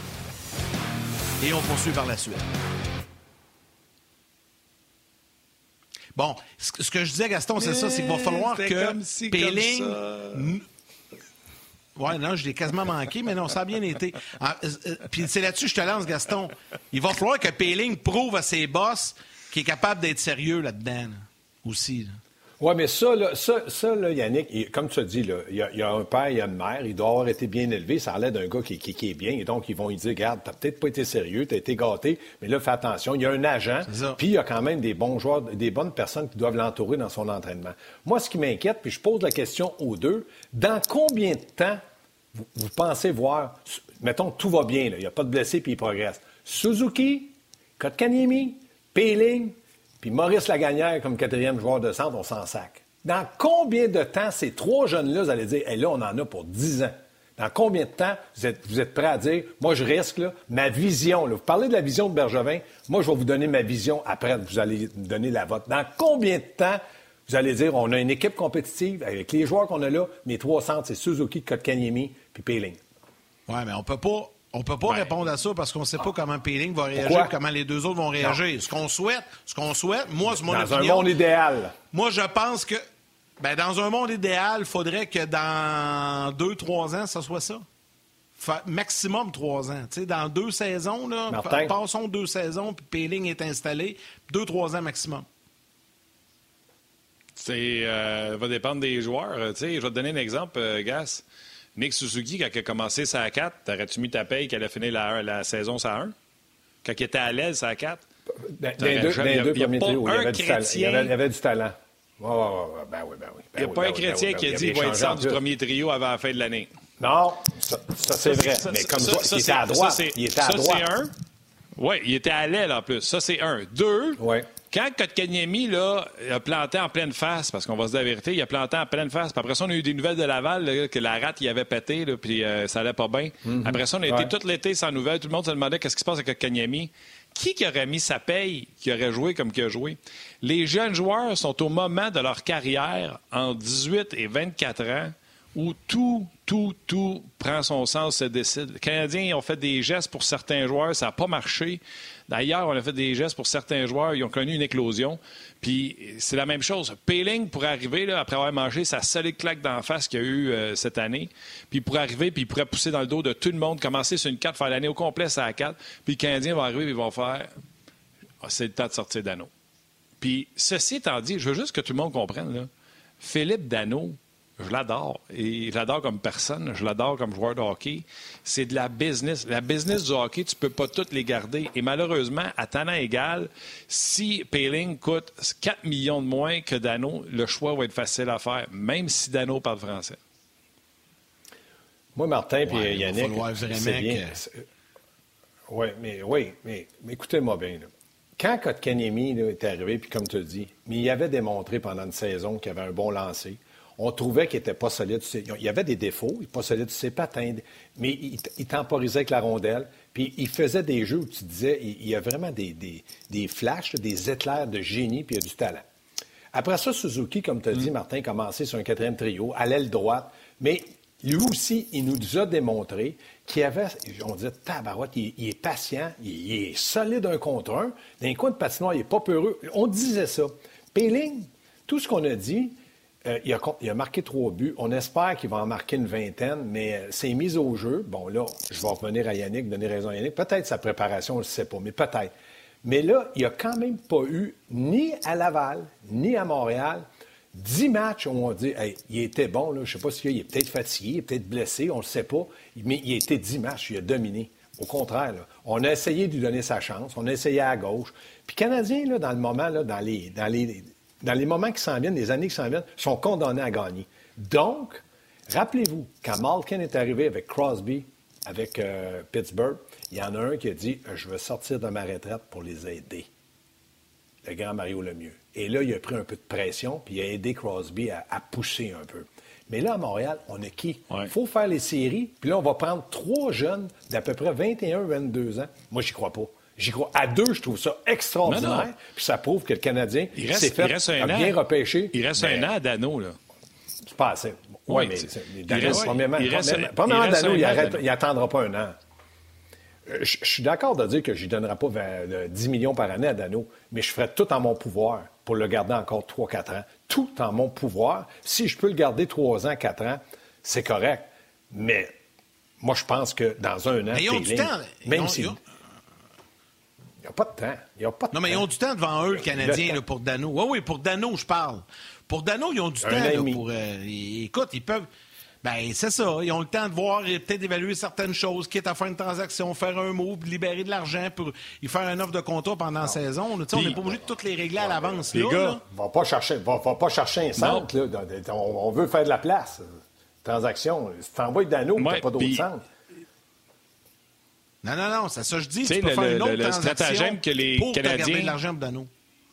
A: Et on poursuit par la suite. Bon, ce que je disais, Gaston, c'est ça, c'est qu'il va falloir que
B: comme si,
A: Poehling...
B: comme
A: Oui, non, je l'ai quasiment manqué, mais non, ça a bien été. Ah, euh, puis c'est là-dessus que je te lance, Gaston. Il va falloir que Poehling prouve à ses boss qu'il est capable d'être sérieux là-dedans, là, aussi. Là.
C: Oui, mais ça, là, ça, ça là, Yannick, il, comme tu as dit, là, il, y a, il y a un père, il y a une mère, il doit avoir été bien élevé, ça a l'air d'un gars qui, qui, qui est bien, et donc ils vont lui dire, regarde, t'as peut-être pas été sérieux, t'as été gâté, mais là, fais attention, il y a un agent, puis il y a quand même des bons joueurs, des bonnes personnes qui doivent l'entourer dans son entraînement. Moi, ce qui m'inquiète, puis je pose la question aux deux, dans combien de temps vous, vous pensez voir, mettons, tout va bien, là, il n'y a pas de blessés, puis il progresse. Suzuki, Kotkaniemi, Poehling, puis Maurice Lagagnière comme quatrième joueur de centre, on s'en sac. Dans combien de temps ces trois jeunes-là, vous allez dire, hey, là, on en a pour dix ans. Dans combien de temps vous êtes, vous êtes prêts à dire, moi, je risque, là, ma vision, là, vous parlez de la vision de Bergevin, moi, je vais vous donner ma vision après, vous allez me donner la vôtre. Dans combien de temps vous allez dire, on a une équipe compétitive avec les joueurs qu'on a là, mes trois centres, c'est Suzuki, Kotkaniemi, puis Poehling.
A: Oui, mais on peut pas... On ne peut pas ouais. répondre à ça parce qu'on ne sait pas ah. comment Poehling va réagir,
C: Pourquoi?
A: comment les deux autres vont réagir. Non. Ce qu'on souhaite, ce qu'on souhaite, moi, c'est mon
C: dans
A: opinion.
C: Dans un monde idéal.
A: Moi, je pense que ben, dans un monde idéal, il faudrait que dans deux, trois ans, ça soit ça. Fa- maximum trois ans. T'sais, dans deux saisons, là,
C: Martin.
A: passons deux saisons, puis Poehling est installé, deux, trois ans maximum.
B: C'est euh, va dépendre des joueurs. T'sais, je vais te donner un exemple, euh, Gas. Nick Suzuki, quand il a commencé ça à quatre, t'aurais-tu mis ta paye qu'elle a fini la, la saison ça à un? Quand il était à l'aise, ça à quatre?
C: Dans les deux,
B: jamais,
C: deux premiers trios, il y avait du talent. Il y avait, il y avait du talent. Ouais, ouais, ouais, ben oui, ben oui. Ben
B: il n'y a
C: oui,
B: pas
C: ben
B: un
C: oui,
B: chrétien
C: ben oui,
B: qui a
C: ben
B: dit
C: oui,
B: qu'il va être centre du premier trio avant la fin de l'année.
C: Non, ça, ça c'est vrai.
B: Ça,
C: mais comme
B: ça,
C: toi,
B: ça,
C: il était à droite.
B: Ça,
C: il était à
B: ça,
C: droite.
B: c'est un. Oui, il était à l'aile en plus. Ça, c'est un. Deux,
C: ouais.
B: Quand Kotkaniemi là, a planté en pleine face, parce qu'on va se dire la vérité, il a planté en pleine face. Puis après ça, on a eu des nouvelles de Laval, là, que la rate, il avait pété, là, puis euh, ça allait pas bien. Mm-hmm. Après ça, on a été ouais. tout l'été sans nouvelles. Tout le monde se demandait qu'est-ce qui se passe avec Kotkaniemi. Qui qui aurait mis sa paye, qui aurait joué comme qu'il a joué? Les jeunes joueurs sont au moment de leur carrière, entre dix-huit et vingt-quatre ans, où tout, tout, tout prend son sens, se décide. Les Canadiens ont fait des gestes pour certains joueurs, ça n'a pas marché. D'ailleurs, on a fait des gestes pour certains joueurs, ils ont connu une éclosion. Puis c'est la même chose. Poehling pourrait arriver, là, après avoir mangé sa solide claque d'en face qu'il y a eu euh, cette année, puis il pourrait arriver, puis il pourrait pousser dans le dos de tout le monde, commencer sur une quatre, faire l'année au complet, ça à quatre, puis les Canadiens vont arriver et ils vont faire ah, c'est le temps de sortir Danault. Puis ceci étant dit, je veux juste que tout le monde comprenne, là, Philippe Danault je l'adore. Et je l'adore comme personne, je l'adore comme joueur de hockey. C'est de la business. La business du hockey, tu peux pas toutes les garder. Et malheureusement, à talent égal, si Poehling coûte quatre millions de moins que Danault, le choix va être facile à faire, même si Danault parle français.
C: Moi, Martin et
A: ouais,
C: Yannick, c'est bien. Oui, mais, oui, mais, mais écoutez-moi bien. Là. Quand Kotkaniemi là, est arrivé, puis comme tu as dit, mais il avait démontré pendant une saison qu'il avait un bon lancer. On trouvait qu'il n'était pas solide. Il y avait des défauts, il n'était pas solide sur ses patins, mais il, il temporisait avec la rondelle. Puis il faisait des jeux où tu disais, il, il y a vraiment des, des, des flashs, des éclairs de génie, puis il y a du talent. Après ça, Suzuki, comme tu as mm. dit, Martin, a commencé sur un quatrième trio, à l'aile droite, mais lui aussi, il nous a démontré qu'il avait, on disait, tabarouette, il, il est patient, il, il est solide un contre un. Dans les coins de patinoire, il n'est pas peureux. On disait ça. Poehling, tout ce qu'on a dit, euh, il, a, il a marqué trois buts. On espère qu'il va en marquer une vingtaine, mais euh, c'est mis au jeu. Bon, là, je vais revenir à Yannick, donner raison à Yannick. Peut-être sa préparation, on ne le sait pas, mais peut-être. Mais là, il n'y a quand même pas eu, ni à Laval, ni à Montréal, dix matchs où on dit hey, il était bon, là, je ne sais pas s'il est peut-être fatigué, il est peut-être blessé, on ne le sait pas, mais il a été dix matchs, il a dominé. Au contraire, là, on a essayé de lui donner sa chance, on a essayé à gauche. Puis Canadiens, là, dans le moment, là, dans, les, dans, les, dans les moments qui s'en viennent, les années qui s'en viennent, sont condamnés à gagner. Donc, rappelez-vous, quand Malkin est arrivé avec Crosby, avec euh, Pittsburgh, il y en a un qui a dit « Je veux sortir de ma retraite pour les aider ». Le grand Mario Lemieux. Et là, il a pris un peu de pression, puis il a aidé Crosby à, à pousser un peu. Mais là, à Montréal, on a qui? Il ouais. faut faire les séries, puis là, on va prendre trois jeunes d'à peu près vingt et un vingt-deux ans. Moi, j'y crois pas. J'y crois. À deux, je trouve ça extraordinaire, non, non. Puis ça prouve que le Canadien
B: il reste,
C: s'est fait
B: il reste un
C: a bien
B: an.
C: repêché.
B: Il reste mais... un an à Danault, là.
C: C'est pas assez. Oui, oui mais, mais Danault,
B: reste,
C: premièrement,
B: il reste,
C: premièrement, premièrement Danault, il, arrête,
B: Danault.
C: il attendra pas un an. Je, je suis d'accord de dire que je ne donnerai pas vingt, dix millions par année à Danault, mais je ferai tout en mon pouvoir pour le garder encore trois quatre ans. Tout en mon pouvoir. Si je peux le garder trois ans, quatre ans, c'est correct. Mais moi, je pense que dans un an,
A: mais ils ont du temps.
C: Même
A: ont,
C: si...
A: Ils ont...
C: Il n'y a pas de temps. Il y a pas de
A: non, mais
C: temps.
A: ils ont du temps devant eux, le Canadien, le là, pour Danault. Oui, oui, pour Danault, je parle. Pour Danault, ils ont du un temps. Là, pour, euh, écoute, ils peuvent... Bien, c'est ça. Ils ont le temps de voir et peut-être d'évaluer certaines choses, quitte à faire une transaction, faire un move, libérer de l'argent pour y faire une offre de contrat pendant la saison. Là, on n'est pas obligé de toutes les régler à l'avance.
C: Les
A: là,
C: gars,
A: là.
C: Va pas chercher, va, va pas chercher un centre. Là. On, on veut faire de la place. Transaction. Si tu envoies Danault, ouais, tu n'as pas d'autre centre.
A: Non, non, non, c'est ça que je dis.
B: Tu
A: tu peux
B: le,
A: faire une
B: le,
A: autre
B: le
A: transaction
B: stratagème que les
A: pour
B: Canadiens...
A: te garder de l'argent pour Danault.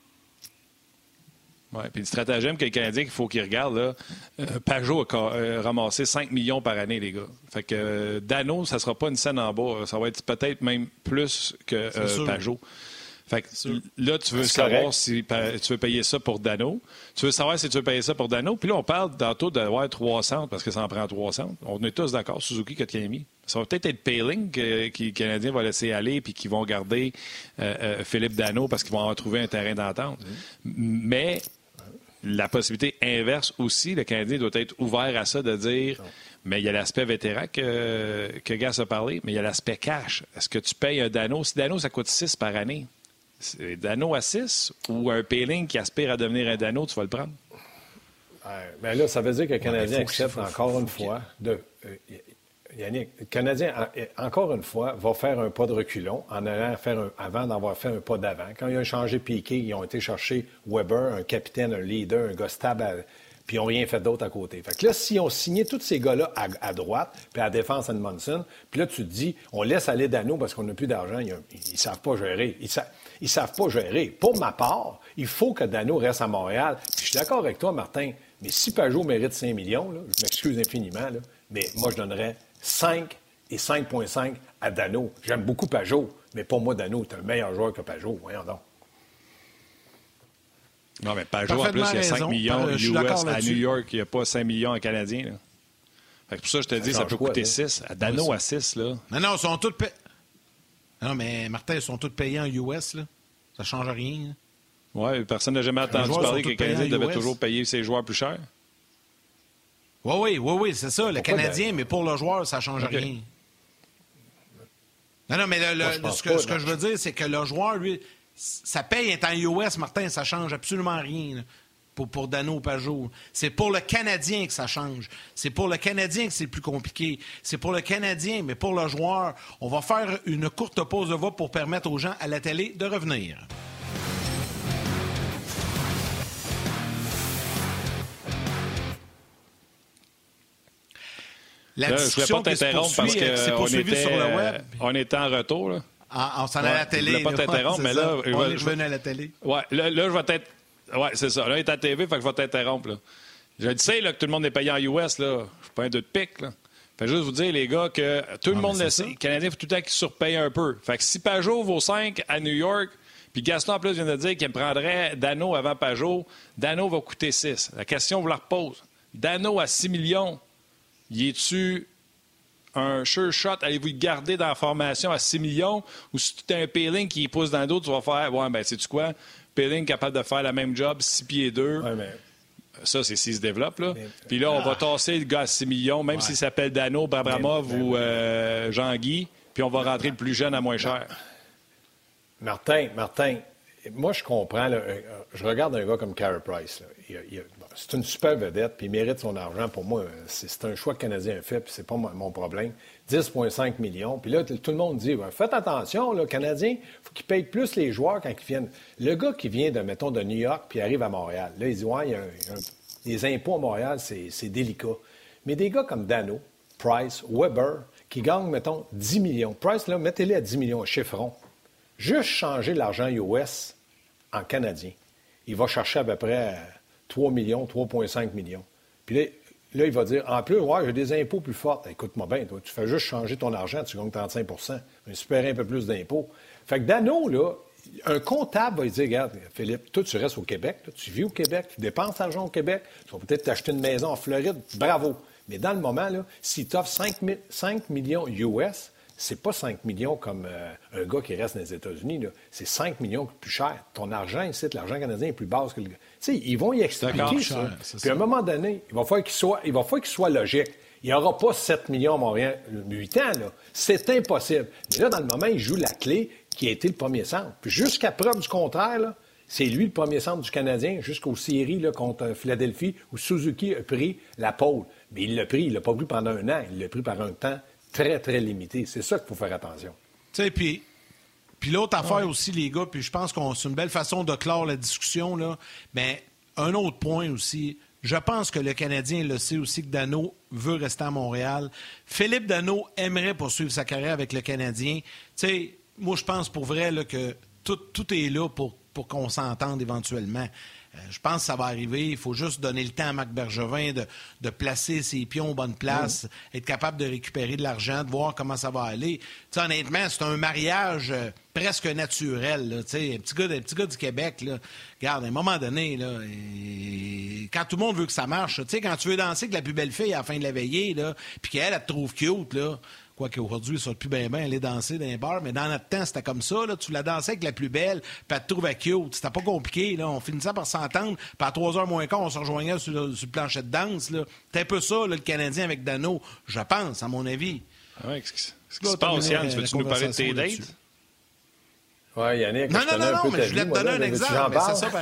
B: Oui, puis le stratagème que les Canadiens qu'il faut qu'ils regardent, là, euh, Pajot a euh, ramassé cinq millions par année, les gars. Fait que euh, Danault, ça ne sera pas une scène en bas. Ça va être peut-être même plus que euh, Pajot. Fait que là, tu veux savoir correct. si tu veux payer ça pour Danault. Tu veux savoir si tu veux payer ça pour Danault. Puis là, on parle tantôt d'avoir trois cents parce que ça en prend trois cents. On est tous d'accord, Suzuki, Kotkaniemi. Ça va peut-être être Poehling que, que les Canadiens vont laisser aller puis qu'ils vont garder euh, euh, Philippe Danault parce qu'ils vont en trouver un terrain d'entente. Mmh. Mais la possibilité inverse aussi, le Canadien doit être ouvert à ça de dire non. Mais il y a l'aspect vétéran que, que Gas a parlé, mais il y a l'aspect cash. Est-ce que tu payes un Danault? Si Danault, ça coûte six par année, c'est Danault à six ou un Poehling qui aspire à devenir un Danault, tu vas le prendre?
C: Euh, bien là, ça veut dire que le Canadien ouais, accepte faut, encore faut, une faut, fois de... Euh, Yannick, le Canadien, encore une fois, va faire un pas de reculon en allant faire un, avant d'avoir fait un pas d'avant. Quand ils ont changé Piquet, ils ont été chercher Weber, un capitaine, un leader, un gars stable, à, puis ils n'ont rien fait d'autre à côté. Fait que là, si on signait tous ces gars-là à, à droite, puis à la défense Edmondson, puis là, tu te dis, on laisse aller Danault parce qu'on n'a plus d'argent, ils ne savent pas gérer. Ils sa, ils savent pas gérer. Pour ma part, il faut que Danault reste à Montréal. Puis je suis d'accord avec toi, Martin, mais si Pajot mérite cinq millions, là, je m'excuse infiniment, là, mais moi, je donnerais cinq et cinq virgule cinq à Danault. J'aime beaucoup Pajot, mais pour moi, Danault est un meilleur joueur que Pajot. Voyons donc.
B: Non, mais Pajot, en plus, il y a cinq millions euh, U S à New York. Il n'y a pas cinq millions en Canadien. Là. Fait que pour ça, je te ça dis, ça peut quoi, coûter là? six. À Danault, à six, là.
A: Non, non, ils sont tous payés. Non, mais Martin, ils sont tous payés en U S, là. Ça ne change rien.
B: Oui, personne n'a jamais entendu parler que les Canadiens devaient toujours payer ses joueurs plus cher.
A: Oui, oui, oui, oui, c'est ça, le Pourquoi Canadien, ben... mais pour le joueur, ça ne change okay. rien. Non, non, mais le, le, Moi, ce, que, pas, ce que je veux dire, c'est que le joueur, lui, ça paye être en U S, Martin, ça ne change absolument rien. Là. pour, pour Dano Pajot. C'est pour le Canadien que ça change. C'est pour le Canadien que c'est plus compliqué. C'est pour le Canadien, mais pour le joueur, on va faire une courte pause de voix pour permettre aux gens à la télé de revenir. La
B: là,
A: discussion
B: je ne voulais pas t'interrompre parce qu'on était,
A: sur le web.
B: on était en retour. Là.
A: Ah, on s'en ouais, allait à la télé.
B: Je ne voulais pas t'interrompre,
A: ouais,
B: mais là...
A: On
B: va,
A: est revenu à la télé.
B: Ouais, là, là je vais t'être... Ouais, c'est ça. Là, il est à la T V, fait que je vais t'interrompre. Là. Je le sais là, que tout le monde est payé en U S. Là. Je suis pas un deux de pique. Là. Fait juste vous dire, les gars, que tout le ah, monde le sait. Les Canadiens, il faut tout le temps qu'ils surpayent un peu. Fait que si Pajot vaut cinq à New York, puis Gaston, en plus, vient de dire qu'il me prendrait Dano avant Pajot, Dano va coûter six. La question, vous la repose. Dano à six millions, y est-tu un sure shot? Allez-vous le garder dans la formation à six millions? Ou si tu as un Peeling qui pousse dans le dos, tu vas faire, ouais, ben, sais-tu quoi? Peeling capable de faire le même job, six pieds deux.
C: Ouais, mais...
B: Ça, c'est s'il se développe, là. Mais... Puis là, on ah. va tasser le gars à six millions, même ouais. s'il s'appelle Dano, Babramov mais... ou euh, Jean-Guy, puis on va rentrer le plus jeune à moins cher.
C: Martin, Martin, moi, je comprends. Là, je regarde un gars comme Carey Price. Là. Il a, il a, bon, c'est une super vedette, puis il mérite son argent. Pour moi, c'est, c'est un choix que le Canadien a fait, puis c'est pas mon, mon problème. dix virgule cinq millions. Puis là, tout le monde dit, ben, faites attention, le Canadien, il faut qu'il paye plus les joueurs quand ils viennent. Le gars qui vient, de, mettons, de New York, puis arrive à Montréal, là, il dit, ouais, il y a, un, il y a un, les impôts à Montréal, c'est, c'est délicat. Mais des gars comme Dano, Price, Weber, qui gagnent, mettons, dix millions. Price, là, mettez-les à dix millions, chiffron. Juste changer l'argent U S en canadien. Il va chercher à peu près trois millions, trois virgule cinq millions. Puis là, là, il va dire, en plus, ouais, j'ai des impôts plus forts. Écoute-moi bien, toi, tu fais juste changer ton argent, tu gagnes trente-cinq pour cent. Un super un peu plus d'impôts. Fait que Dano, là, un comptable va lui dire, regarde, Philippe, toi, tu restes au Québec, là, tu vis au Québec, tu dépenses l'argent au Québec, tu vas peut-être t'acheter une maison en Floride, bravo. Mais dans le moment, là, s'il t'offre cinq millions U S, c'est pas cinq millions comme euh, un gars qui reste dans les États-Unis. Là. C'est cinq millions plus cher. Ton argent ici, l'argent canadien est plus bas que le gars. Tu sais, ils vont y expliquer ça. Cher, Puis à un moment donné, il va falloir qu'il soit, il va falloir qu'il soit logique. Il n'y aura pas sept millions à Montréal, huit ans, là. C'est impossible. Mais là, dans le moment, il joue la clé qui a été le premier centre. Puis jusqu'à preuve du contraire, là, c'est lui le premier centre du Canadien jusqu'aux séries là, contre Philadelphie où Suzuki a pris la pôle. Mais il l'a pris, il ne l'a pas pris pendant un an. Il l'a pris par un temps très, très limité. C'est ça qu'il faut faire attention.
A: Tu sais, puis, puis l'autre affaire ouais. aussi, les gars, puis je pense que c'est une belle façon de clore la discussion, là. Mais un autre point aussi, je pense que le Canadien le sait aussi que Dano veut rester à Montréal. Philippe Dano aimerait poursuivre sa carrière avec le Canadien. Tu sais, moi, je pense pour vrai là, que tout, tout est là pour, pour qu'on s'entende éventuellement. Euh, je pense que ça va arriver. Il faut juste donner le temps à Marc Bergevin de, de placer ses pions aux bonnes places, mmh. être capable de récupérer de l'argent, de voir comment ça va aller. T'sais, honnêtement, c'est un mariage euh, presque naturel. Là, un, petit gars, un petit gars du Québec, là, regarde, à un moment donné, là, et, quand tout le monde veut que ça marche, quand tu veux danser avec la plus belle fille à la fin de la veillée, puis qu'elle, elle te trouve cute, là, quoi qu'aujourd'hui, ça ne plus bien bien aller danser dans les bars, mais dans notre temps, c'était comme ça. Là, tu la dansais avec la plus belle, puis elle te trouvait cute. C'était pas compliqué. Là. On finissait par s'entendre, puis à trois heures moins quart, on se rejoignait sur le, sur le plancher de danse. Là. C'était un peu ça, là, le Canadien avec Dano, je pense, à mon avis.
B: Oui, qu'est-ce qui se passe, Yann? Veux-tu nous parler de tes dates?
C: Oui, Yannick.
A: Non, non, non, non, mais je voulais te donner un exemple, mais c'est ça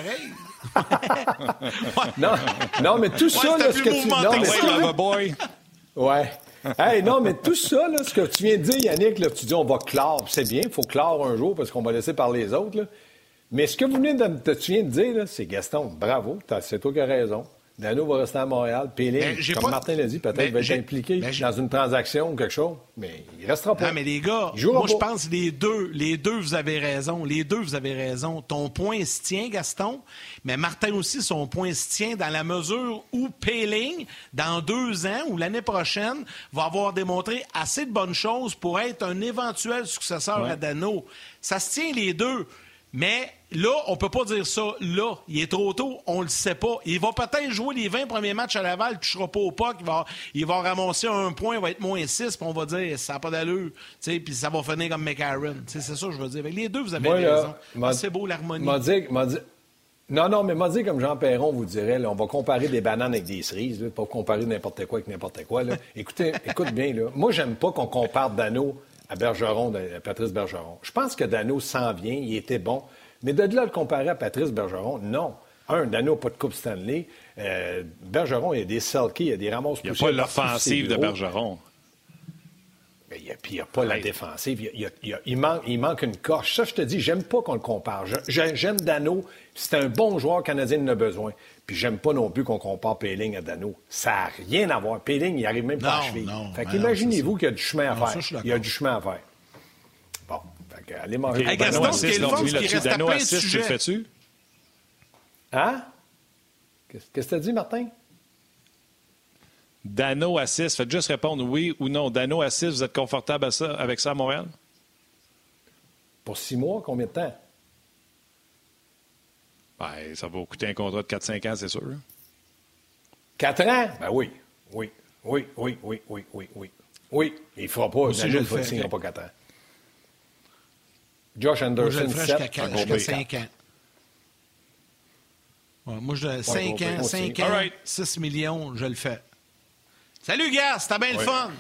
A: pareil.
C: ouais. non, non, mais tout ouais, ça, là, ce que tu... Non, mais
B: ça, boy.
C: Ouais. Hey, non, mais tout ça, là, ce que tu viens de dire, Yannick, là, tu dis on va clore. C'est bien, il faut clore un jour parce qu'on va laisser parler les autres. Là. Mais ce que vous venez de, tu viens de dire, là, c'est Gaston, bravo, c'est toi qui as raison. Dano va rester à Montréal. Péling, comme pas... Martin l'a dit, peut-être mais, va être impliqué dans une transaction ou quelque chose, mais il restera pas.
A: Non, mais les gars, moi, je pense que les deux, les deux, vous avez raison. Les deux, vous avez raison. Ton point se tient, Gaston, mais Martin aussi, son point se tient dans la mesure où Péling, dans deux ans ou l'année prochaine, va avoir démontré assez de bonnes choses pour être un éventuel successeur ouais. à Dano. Ça se tient les deux. Mais là, on peut pas dire ça. Là, il est trop tôt, on le sait pas. Il va peut-être jouer les vingt premiers matchs à Laval, il touchera pas au puck, il va, il va ramasser un point, il va être moins six, puis on va dire ça n'a pas d'allure. Puis ça va finir comme McAaron. C'est ça que je veux dire. Avec les deux, vous avez Moi, raison. Là, c'est beau l'harmonie. M'a dit, m'a dit...
C: Non, non, mais m'a dit, comme Jean Perron vous dirait, là, on va comparer des bananes avec des cerises, là, pas comparer n'importe quoi avec n'importe quoi. Là. Écoutez, écoute bien, là. Moi, j'aime pas qu'on compare Dano à Bergeron, à Patrice Bergeron. Je pense que Dano s'en vient, il était bon. Mais de là le comparer à Patrice Bergeron, non. Un, Dano n'a pas de Coupe Stanley. Euh, Bergeron, il y a des Selke, il y a des ramasses.
B: Il n'y a pas l'offensive de Bergeron.
C: Puis il n'y a pas ouais. la défensive. Il, y a, il, y a, il, manque, il manque une coche. Ça, je te dis, j'aime pas qu'on le compare. Je, j'aime Dano. C'est un bon joueur canadien, il en a besoin. Puis j'aime pas non plus qu'on compare Poehling à Dano. Ça n'a rien à voir. Poehling, il n'arrive même pas non, à cheville. Non, fait qu'imaginez-vous qu'il y a du chemin à non, faire. Ça, il y a du chemin à faire. Bon, fait que, allez manger.
A: Hey, Gaston,
B: Dano
A: ce qui est le fun, c'est qu'il reste à plein de sujets.
B: Tu le fais-tu?
C: Hein? Qu'est-ce que tu as dit, Martin?
B: Dano à six, faites juste répondre oui ou non. Dano à six, vous êtes confortable à ça, avec ça à Montréal?
C: Pour six mois, combien de temps?
B: Ben, ça va coûter un contrat de quatre cinq ans, c'est sûr.
C: quatre ans? Ben oui. Oui. Oui, oui, oui, oui, oui, oui. Oui, il ne fera pas. Dano ne signera pas quatre ans. Josh Anderson, sept,
A: jusqu'à cinq ans. Ouais, moi, je cinq ans, cinq ans, right. six millions, je le fais. Salut, gars, c'était bien oui. le fun.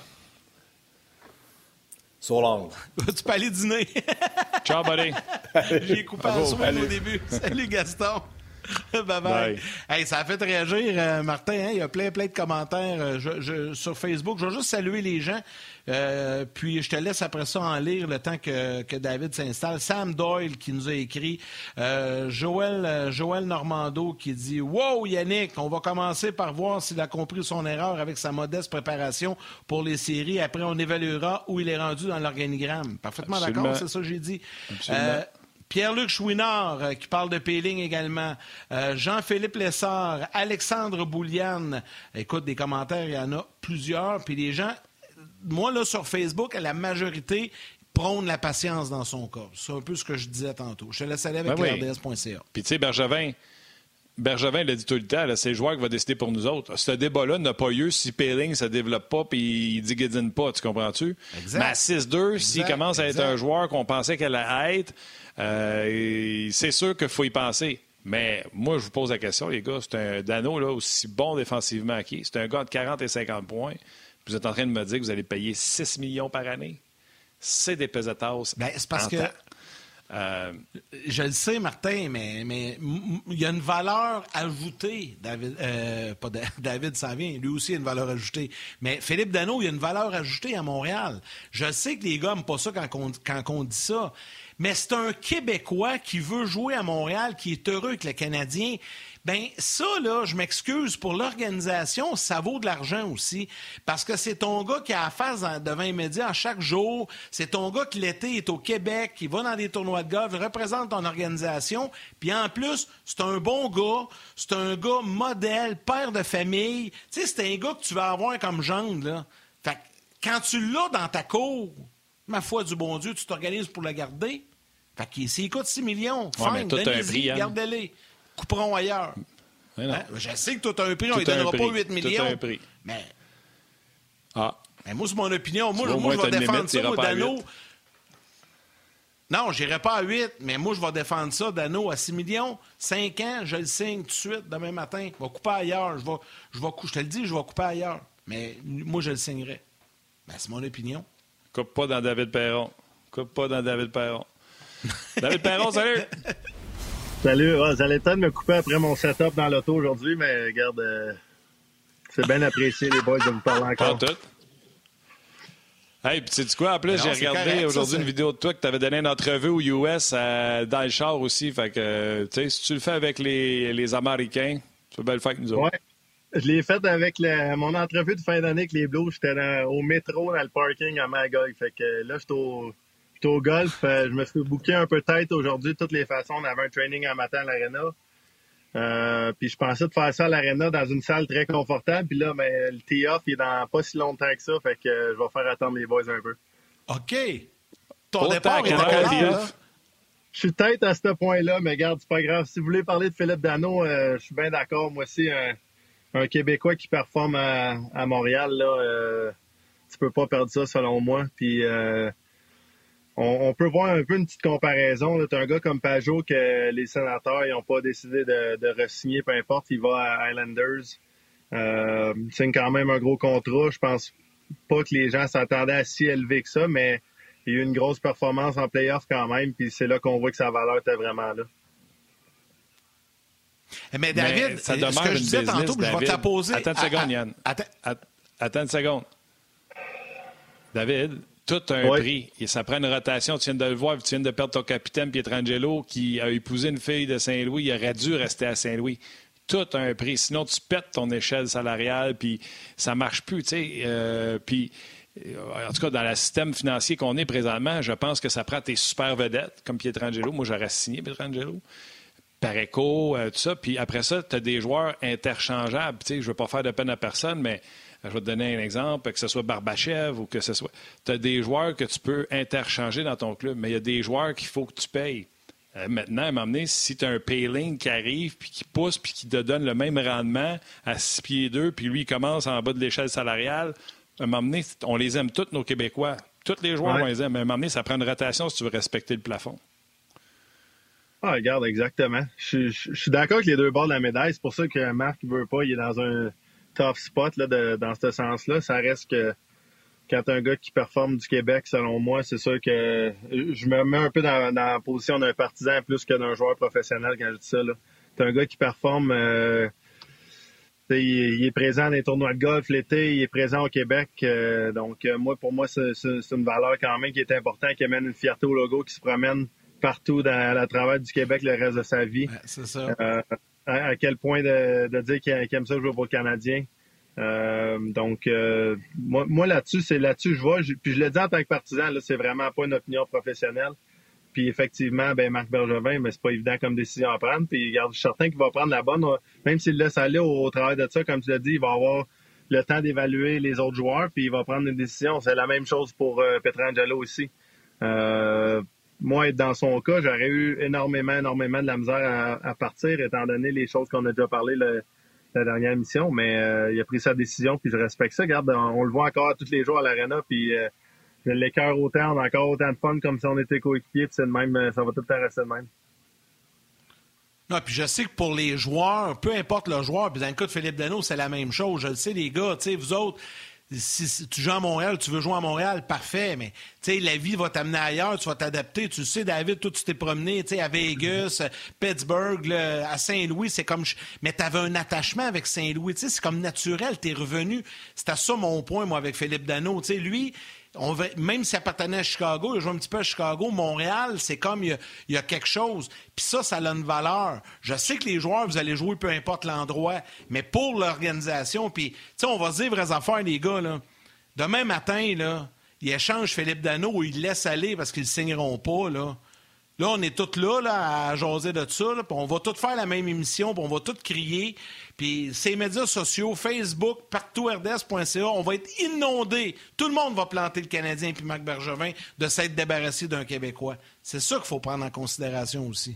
C: So long.
A: Tu peux aller dîner.
B: Ciao, buddy.
A: J'ai coupé en soin au début. Salut, Gaston. Bye-bye. Bye. Hey, ça a fait réagir, euh, Martin. Hein? Il y a plein, plein de commentaires euh, je, je, sur Facebook. Je vais juste saluer les gens. Euh, puis je te laisse après ça en lire le temps que, que David s'installe. Sam Doyle qui nous a écrit. Euh, Joël, euh, Joël Normando qui dit « Wow, Yannick, on va commencer par voir s'il a compris son erreur avec sa modeste préparation pour les séries. Après, on évaluera où il est rendu dans l'organigramme. » Parfaitement Absolument. D'accord, c'est ça que j'ai dit. Euh, Pierre-Luc Chouinard, euh, qui parle de Poehling également. Euh, Jean-Philippe Lessard, Alexandre Bouliane. Écoute, des commentaires, il y en a plusieurs. Puis les gens, moi, là, sur Facebook, la majorité prône la patience dans son cas. C'est un peu ce que je disais tantôt. Je te laisse aller avec ben oui. R D S point C A.
B: Puis tu sais, Bergevin, Bergevin l'a dit tout le temps, là, c'est le joueur qui va décider pour nous autres. Ce débat-là n'a pas lieu si Poehling ne se développe pas et il digadine pas, tu comprends-tu? Exact. Mais à six deux, s'il commence à exact. être un joueur qu'on pensait qu'elle allait être, euh, c'est sûr qu'il faut y penser. Mais moi, je vous pose la question, les gars, c'est un Dano là, aussi bon défensivement qu'il est. C'est un gars de quarante et cinquante points. Vous êtes en train de me dire que vous allez payer six millions par année. C'est des pesetas.
A: Ben, c'est parce que...
B: Temps. Euh,
A: je le sais, Martin, mais mais il y a une valeur ajoutée. David, euh, pas David s'en vient, lui aussi a une valeur ajoutée. Mais Philippe Dano, il y a une valeur ajoutée à Montréal. Je sais que les gars n'aiment pas ça quand on, quand on dit ça. Mais c'est un Québécois qui veut jouer à Montréal, qui est heureux avec le Canadien. Bien, ça, là, je m'excuse, pour l'organisation, ça vaut de l'argent aussi. Parce que c'est ton gars qui a la face devant les médias à chaque jour. C'est ton gars qui, l'été, est au Québec, qui va dans des tournois de golf, représente ton organisation. Puis en plus, c'est un bon gars. C'est un gars modèle, père de famille. Tu sais, c'est un gars que tu vas avoir comme gendre, là. Fait que quand tu l'as dans ta cour, ma foi du bon Dieu, tu t'organises pour le garder. Fait que s'il coûte six millions,
B: ouais,
A: fine, donnez-y, hein. Gardez-les. Couperont ailleurs. Hein? Je sais que tout a un prix, tout on ne donnera pas huit millions. Tout a un prix. Mais,
B: ah.
A: mais moi, c'est mon opinion. Moi, moi je vais défendre limite, ça, Dano. Non, je n'irai pas à huit, mais moi, je vais défendre ça, Dano, à six millions. cinq ans, je le signe tout de suite, demain matin. Je vais couper ailleurs. Je, vais, je, vais, je te le dis, je vais couper ailleurs. Mais moi, je le signerai. Ben, c'est mon opinion.
B: Coupe pas dans David Perron. Coupe pas dans David Perron. David Perron, salut!
D: Salut, ouais, vous allez peut-être me couper après mon setup dans l'auto aujourd'hui, mais regarde, euh, c'est bien apprécié, les boys, de vous parler encore.
B: Pas tout. Hey, puis sais-tu quoi? En plus, non, j'ai regardé correct, aujourd'hui ça, une vidéo de toi que tu avais donné une entrevue aux U S euh, dans le char aussi. Fait que, tu sais, si tu le fais avec les, les Américains, tu peux bien le faire avec nous autres.
D: Ouais. Je l'ai fait avec le, mon entrevue de fin d'année avec les Blues. J'étais dans, au métro, dans le parking à Magog. Fait que là, j'étais au... J'étais au golf, euh, je me suis booké un peu tête aujourd'hui, de toutes les façons. On avait un training un matin à l'Arena. Euh, puis je pensais de faire ça à l'Arena dans une salle très confortable. Puis là, ben, le tee-off, il est dans pas si longtemps que ça. Fait que euh, je vais faire attendre les boys un peu.
A: OK. Ton départ est à
D: Je suis tête à ce point-là, mais regarde, c'est pas grave. Si vous voulez parler de Philippe Dano, euh, je suis bien d'accord. Moi aussi, un, un Québécois qui performe à, à Montréal, là, euh, tu peux pas perdre ça selon moi. Puis... Euh, On, on peut voir un peu une petite comparaison. Tu as un gars comme Pajot que les Sénateurs n'ont pas décidé de, de re-signer, peu importe, il va à Islanders. Euh, c'est quand même un gros contrat. Je pense pas que les gens s'attendaient à si élevé que ça, mais il y a eu une grosse performance en play-off quand même, puis c'est là qu'on voit que sa valeur était vraiment là.
A: Mais David,
B: Mais ça
A: ce
B: demeure
A: que je
B: une
A: disais
B: business,
A: tantôt, puis je vais te la
B: David.
A: poser.
B: Attends une seconde, Yann.
A: Attends.
B: Att- Attends une seconde. David, tout a un
D: Oui.
B: prix. Et ça prend une rotation. Tu viens de le voir, tu viens de perdre ton capitaine Pietrangelo qui a épousé une fille de Saint-Louis. Il aurait dû rester à Saint-Louis. Tout a un prix. Sinon, tu pètes ton échelle salariale, puis ça marche plus. Tu sais. Euh, puis, en tout cas, dans le système financier qu'on est présentement, je pense que ça prend tes super vedettes, comme Pietrangelo. Moi, j'aurais signé Pietrangelo. Pareco, euh, tout ça. Puis après ça, tu as des joueurs interchangeables. Tu sais, je ne veux pas faire de peine à personne, mais je vais te donner un exemple, que ce soit Barbachev ou que ce soit... Tu as des joueurs que tu peux interchanger dans ton club, mais il y a des joueurs qu'il faut que tu payes. Euh, maintenant, à un moment donné, si tu as un Payling qui arrive, puis qui pousse, puis qui te donne le même rendement à six pieds deux, puis lui, il commence en bas de l'échelle salariale, à un moment donné, on les aime tous, nos Québécois. Tous les joueurs,
D: Ouais.
B: on les aime. Mais à un moment donné, ça prend une rotation si tu veux respecter le plafond.
D: Ah, regarde, exactement. Je, je- je suis d'accord avec les deux bords de la médaille. C'est pour ça que Marc ne veut pas. Il est dans un tough spot là, de- dans ce sens-là. Ça reste que quand t'as un gars qui performe du Québec, selon moi, c'est sûr que je me mets un peu dans, dans la position d'un partisan plus que d'un joueur professionnel quand je dis ça. T'as un gars qui performe, euh, il, il est présent dans les tournois de golf l'été, il est présent au Québec. euh, donc, euh, moi, pour moi, c'est, c'est- c'est une valeur quand même qui est importante, qui amène une fierté au logo, qui se promène partout dans, à travers du Québec le reste de sa vie.
A: Ouais, c'est ça.
D: Euh, à, à quel point de, de dire qu'il, qu'il aime ça jouer pour le Canadien. Euh, donc, euh, moi, moi là-dessus, c'est là-dessus que je vois. Je- puis je le dis en tant que partisan, là, c'est vraiment pas une opinion professionnelle. Puis effectivement, ben Marc Bergevin, mais c'est pas évident comme décision à prendre. Puis regarde, je suis certain qu'il va prendre la bonne. Même s'il laisse aller au, au travail de ça, comme tu l'as dit, il va avoir le temps d'évaluer les autres joueurs, puis il va prendre une décision. C'est la même chose pour euh, Pietrangelo aussi. Euh, moi, être dans son cas, j'aurais eu énormément, énormément de la misère à, à partir, étant donné les choses qu'on a déjà parlé le, la dernière émission, mais euh, il a pris sa décision, puis je respecte ça. Regarde, on, on le voit encore tous les jours à l'Arena, puis euh, je l'écœure autant, on a encore autant de fun comme si on était coéquipiers, puis c'est le même, ça va tout le temps rester le même.
A: Non, puis je sais que pour les joueurs, peu importe le joueur, puis dans le cas de Philippe Danault, c'est la même chose. Je le sais, les gars, tu sais, vous autres, si, si tu joues à Montréal, tu veux jouer à Montréal, parfait, mais tu sais, la vie va t'amener ailleurs, tu vas t'adapter. Tu sais, David, toi, tu t'es promené, tu sais, à Vegas, Pittsburgh, là, à Saint-Louis, c'est comme... Mais t'avais un attachement avec Saint-Louis, tu sais, c'est comme naturel, t'es revenu. C'était ça mon point, moi, avec Philippe Danault. Tu sais, lui... On va, même s'il appartenait à Chicago, il a joué un petit peu à Chicago, Montréal, c'est comme il y a, il y a quelque chose. Puis ça, ça a une valeur. Je sais que les joueurs, vous allez jouer peu importe l'endroit, mais pour l'organisation, puis, tu sais, on va se dire vraies affaires, les gars, là. Demain matin, là, ils échangent Philippe Danault ou ils le laissent aller parce qu'ils ne signeront pas, là. Là, on est tous là, là, à jaser de ça, là, puis on va tous faire la même émission, puis on va tous crier. Puis ces médias sociaux, Facebook, partout, R D S point C A, on va être inondés. Tout le monde va planter le Canadien puis Marc Bergevin de s'être débarrassé d'un Québécois. C'est ça qu'il faut prendre en considération aussi.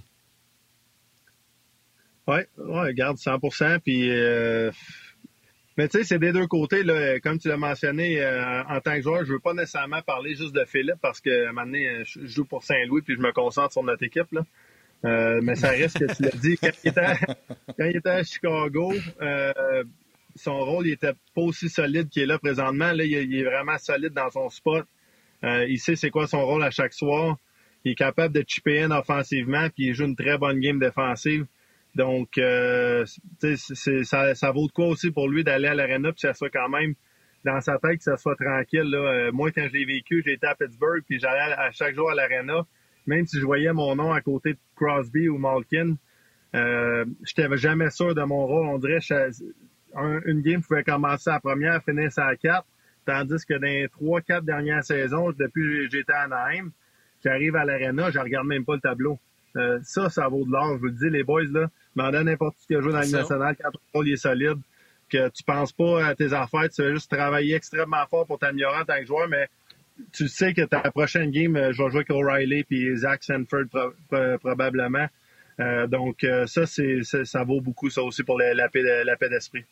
D: Oui, ouais, garde cent pour cent. Puis, euh... mais tu sais, c'est des deux côtés. Là, comme tu l'as mentionné, euh, en tant que joueur, je veux pas nécessairement parler juste de Philippe parce que maintenant, je joue pour Saint-Louis puis je me concentre sur notre équipe. Là. Euh, mais ça reste que tu l'as dit, quand il était à, quand il était à Chicago, euh, son rôle il était pas aussi solide qu'il est là présentement. Là, il, il est vraiment solide dans son spot. Euh, il sait c'est quoi son rôle à chaque soir. Il est capable de chipper in offensivement puis il joue une très bonne game défensive. Donc, euh, c'est, c'est, ça, ça vaut de quoi aussi pour lui d'aller à l'Arena puis que ça soit quand même dans sa tête, que ça soit tranquille. Là. Euh, moi, quand je l'ai vécu, j'ai été à Pittsburgh puis j'allais à, à chaque jour à l'Arena. Même si je voyais mon nom à côté de Crosby ou Malkin, euh, je n'étais jamais sûr de mon rôle. On dirait que un, une game pouvait commencer à la première, finir à la quatre, tandis que dans les trois, quatre dernières saisons, depuis que j'étais à Anaheim, j'arrive à l'Arena, je regarde même pas le tableau. Euh, ça, ça vaut de l'or. Je vous le dis, les boys, là, demandez à n'importe qui qui a joué dans la Ligue nationale, quand ton rôle est solide, que tu penses pas à tes affaires, tu vas juste travailler extrêmement fort pour t'améliorer en tant que joueur, mais tu sais que ta prochaine game, je vais jouer avec O'Reilly puis Zach Sanford pro- pro- probablement. Euh, donc, euh, ça, c'est, c'est, ça vaut beaucoup, ça aussi, pour la, la, paix, de, la paix d'esprit.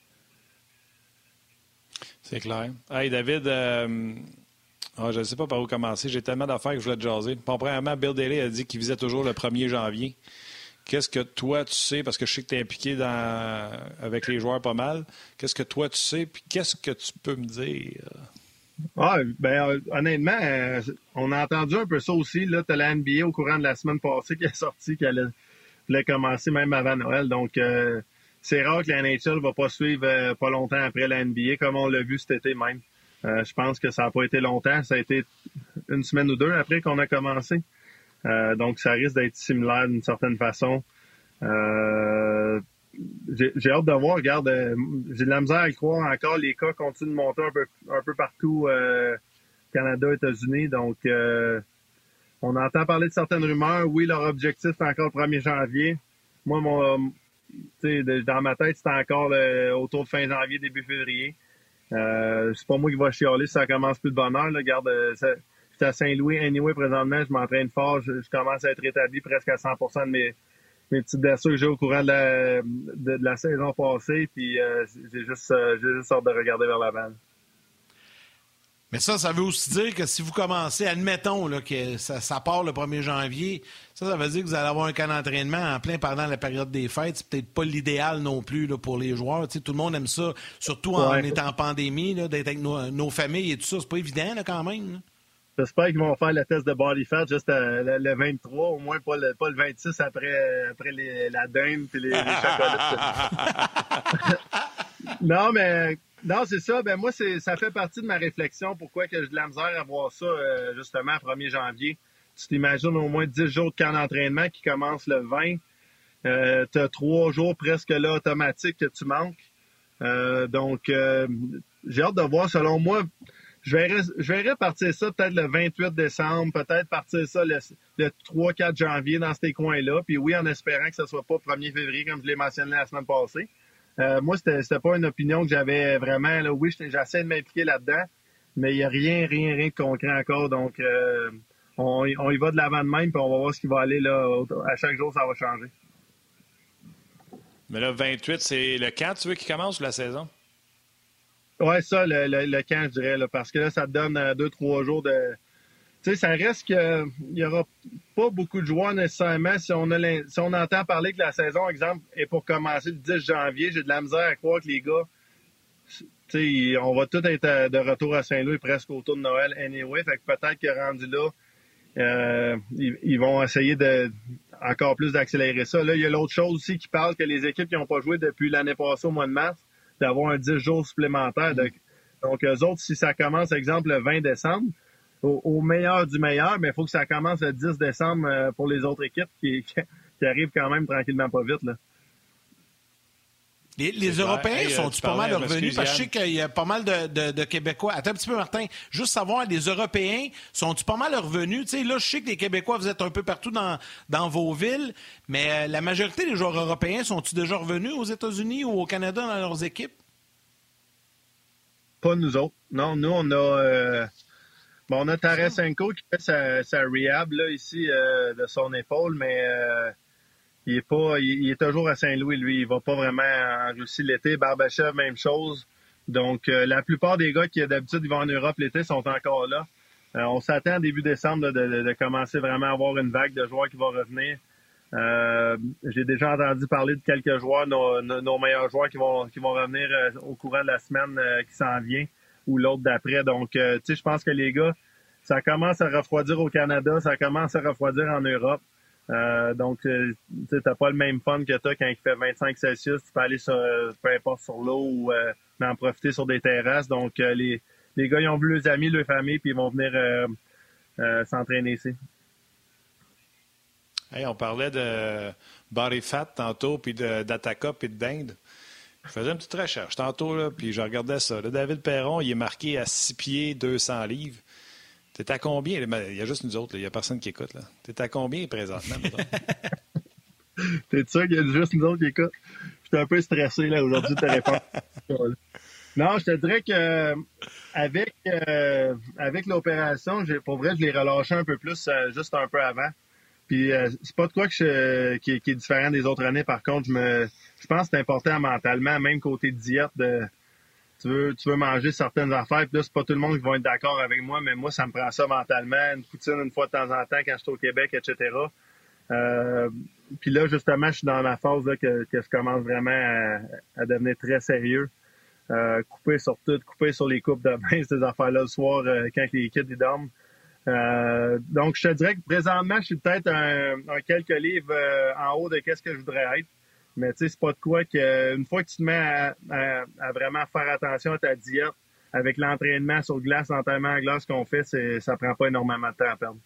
B: C'est clair. Hey, David, euh... oh, je ne sais pas par où commencer. J'ai tellement d'affaires que je voulais te jaser. Bon, premièrement, Bill Daly a dit qu'il visait toujours le premier janvier. Qu'est-ce que toi, tu sais, parce que je sais que tu es impliqué dans... avec les joueurs pas mal. Qu'est-ce que toi, tu sais, puis qu'est-ce que tu peux me dire?
D: Ah, ben, euh, honnêtement, euh, on a entendu un peu ça aussi. Là, tu as la N B A au courant de la semaine passée qui est sortie, qu'elle allait voulait commencer même avant Noël. Donc, euh, c'est rare que la N H L ne va pas suivre euh, pas longtemps après la N B A, comme on l'a vu cet été même. Euh, je pense que ça n'a pas été longtemps. Ça a été une semaine ou deux après qu'on a commencé. Euh, donc, ça risque d'être similaire d'une certaine façon. Euh, j'ai, j'ai hâte de voir. Regarde, euh, j'ai de la misère à le croire encore. Les cas continuent de monter un peu, un peu partout, euh, Canada, États-Unis. Donc, euh, on entend parler de certaines rumeurs. Oui, leur objectif, c'est encore le premier janvier. Moi, mon, tu sais, dans ma tête, c'était encore le, autour de fin janvier, début février. Euh, c'est pas moi qui va chialer si ça commence plus de bonne heure. Là. Regarde, ça, j'étais à Saint-Louis, anyway, présentement, je m'entraîne fort. Je, je commence à être rétabli presque à cent pour cent de mes, mes petites blessures que j'ai au courant de la, de, de la saison passée. Puis euh, j'ai juste, euh, j'ai juste hâte de regarder vers l'avant.
A: Mais ça, ça veut aussi dire que si vous commencez, admettons là, que ça, ça part le premier janvier, ça, ça veut dire que vous allez avoir un camp d'entraînement en plein pendant la période des fêtes. C'est peut-être pas l'idéal non plus là, pour les joueurs. Tu sais, tout le monde aime ça, surtout en
D: ouais.
A: étant en pandémie, là, d'être avec nos, nos familles et tout ça. C'est pas évident là, quand même. Là.
D: J'espère qu'ils vont faire le test de body fat juste à, le, le vingt-trois, au moins pas le, pas le vingt-six après, après les, la dinde et les, les chocolats. Non, mais... Non, c'est ça. Ben moi, c'est ça fait partie de ma réflexion. Pourquoi que j'ai de la misère à voir ça, euh, justement, premier janvier. Tu t'imagines au moins dix jours de camp d'entraînement qui commence le vingt. Euh, tu as trois jours presque là automatiques que tu manques. Euh, donc, euh, j'ai hâte de voir. Selon moi, je verrais, je verrais partir ça peut-être le vingt-huit décembre, peut-être partir ça le, le trois quatre janvier dans ces coins-là. Puis oui, en espérant que ce soit pas premier février, comme je l'ai mentionné la semaine passée. Euh, moi, c'était, c'était pas une opinion que j'avais vraiment. Là, oui, j'essaie de m'impliquer là-dedans, mais il n'y a rien, rien, rien de concret encore. Donc, euh, on, on y va de l'avant de même, puis on va voir ce qui va aller. Là, à chaque jour, ça va changer.
B: Mais là, vingt-huit, c'est le camp, tu veux, qui commence la saison?
D: Oui, ça, le, le, le camp, je dirais, là, parce que là, ça te donne euh, deux, trois jours de... Tu sais, ça reste que il n'y aura pas beaucoup de joueurs nécessairement. Si on, a si on entend parler que la saison, exemple, est pour commencer le dix janvier, j'ai de la misère à croire que les gars, tu sais, on va tous être de retour à Saint-Louis presque autour de Noël anyway. Fait que peut-être que rendu là, euh, ils, ils vont essayer de encore plus d'accélérer ça. Là, il y a l'autre chose aussi qui parle que les équipes qui n'ont pas joué depuis l'année passée au mois de mars, d'avoir un dix jours supplémentaire. De, donc, eux autres, si ça commence, exemple, le vingt décembre, Au, au meilleur du meilleur, mais il faut que ça commence le dix décembre euh, pour les autres équipes qui, qui, qui arrivent quand même tranquillement pas vite. Là.
A: Les, les Européens
B: hey,
A: sont-ils pas mal revenus? Parce que je sais qu'il y a pas mal de, de, de Québécois. Attends un petit peu, Martin. Juste savoir, les Européens sont-ils pas mal revenus? Tu sais, là, je sais que les Québécois, vous êtes un peu partout dans, dans vos villes, mais euh, la majorité des joueurs européens sont-ils déjà revenus aux États-Unis ou au Canada dans leurs équipes?
D: Pas nous autres. Non, nous, on a... Euh... Bon, on a Tarasenko qui fait sa, sa rehab là, ici euh, de son épaule, mais euh, il est pas, il, il est toujours à Saint-Louis, lui. Il va pas vraiment en Russie l'été. Barbashev, même chose. Donc, euh, la plupart des gars qui, d'habitude, ils vont en Europe l'été sont encore là. Euh, on s'attend début décembre là, de, de, de commencer vraiment à avoir une vague de joueurs qui vont revenir. Euh, j'ai déjà entendu parler de quelques joueurs, nos, nos, nos meilleurs joueurs qui vont, qui vont revenir euh, au courant de la semaine euh, qui s'en vient. Ou l'autre d'après. Donc, euh, tu sais, je pense que les gars, ça commence à refroidir au Canada, ça commence à refroidir en Europe. Euh, donc, euh, tu sais, t'as pas le même fun que t'as quand il fait vingt-cinq Celsius. Tu peux aller sur, euh, peu importe sur l'eau ou euh, en profiter sur des terrasses. Donc, euh, les, les gars, ils ont vu leurs amis, leurs familles, puis ils vont venir euh, euh, s'entraîner ici.
B: Hey, on parlait de body fat tantôt, puis d'Attaka, puis de dinde. Je faisais une petite recherche tantôt, là, puis je regardais ça. Là, David Perron, il est marqué à six pieds, deux cents livres. T'es à combien? Il y a juste nous autres, il n'y a personne qui écoute. T'es à combien présentement?
D: T'es sûr qu'il y a juste nous autres qui écoutent? J'étais un peu stressé là, aujourd'hui de te répondre. Non, je te dirais que avec, euh, avec l'opération, j'ai, pour vrai, je l'ai relâché un peu plus euh, juste un peu avant. Puis euh, c'est pas de quoi que je, qui, qui est différent des autres années. Par contre, je me je pense que c'est important mentalement, même côté diète, de tu veux tu veux manger certaines affaires. Puis là, c'est pas tout le monde qui va être d'accord avec moi, mais moi, ça me prend ça mentalement. Une poutine une fois de temps en temps quand je suis au Québec, et cetera. Euh, puis là, justement, je suis dans la phase là, que, que je commence vraiment à, à devenir très sérieux. Euh, couper sur tout, couper sur les coupes de bain, ces affaires-là le soir, euh, quand les kids ils dorment. Euh, donc, je te dirais que présentement, je suis peut-être un, un quelques livres euh, en haut de qu'est-ce que je voudrais être. Mais tu sais, c'est pas de quoi que une fois que tu te mets à, à, à vraiment faire attention à ta diète, avec l'entraînement sur glace, l'entraînement en glace qu'on fait, c'est, ça prend pas énormément de temps à perdre.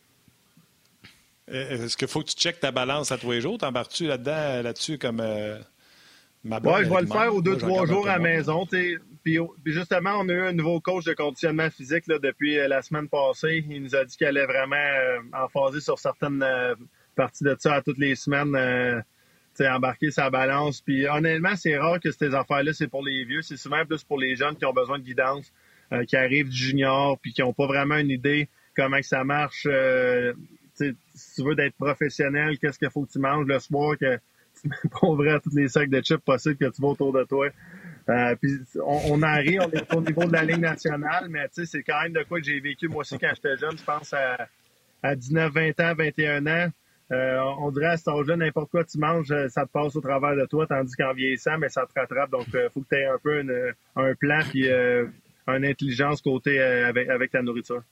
B: Est-ce qu'il faut que tu checkes ta balance à tous les jours? T'embarques-tu là-dedans, là-dessus, comme euh, ma blonde?
D: Ouais, je vais le faire aux deux,
B: Moi,
D: trois jours à la
B: monde.
D: maison. Puis, puis justement, on a eu un nouveau coach de conditionnement physique là, depuis euh, la semaine passée. Il nous a dit qu'il allait vraiment euh, emphaser sur certaines euh, parties de ça à toutes les semaines. Euh, embarquer sa balance. Puis honnêtement, c'est rare que ces affaires-là, c'est pour les vieux. C'est souvent plus pour les jeunes qui ont besoin de guidance, euh, qui arrivent du junior, puis qui n'ont pas vraiment une idée comment que ça marche. Euh, si tu veux d'être professionnel, qu'est-ce qu'il faut que tu manges le soir, que tu mets pas ouvrir tous les sacs de chips possibles que tu vas autour de toi. Euh, puis on, on en rit, on est au niveau de la Ligue nationale, mais c'est quand même de quoi que j'ai vécu moi aussi quand j'étais jeune. Je pense à, à dix-neuf, vingt ans, vingt et un ans. Euh, on dirait à cet âge-là, n'importe quoi tu manges, ça te passe au travers de toi, tandis qu'en vieillissant, mais ça te rattrape. Donc, il euh, faut que tu aies un peu une, un plan puis euh, une intelligence côté euh, avec, avec ta nourriture.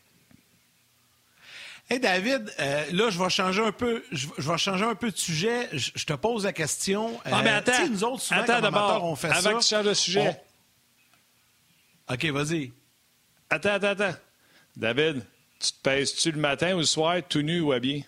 A: Hey David, euh, là, je vais changer un peu, je, je vais changer un peu de sujet. Je, je te pose la question. Euh,
B: ah, mais attends,
A: nous autres, souvent,
B: attends
A: comme amateurs, on fait
B: avant
A: ça.
B: que tu changes de sujet.
A: On... OK, vas-y.
B: Attends, attends, attends. David, tu te pèses-tu le matin ou le soir, tout nu ou habillé?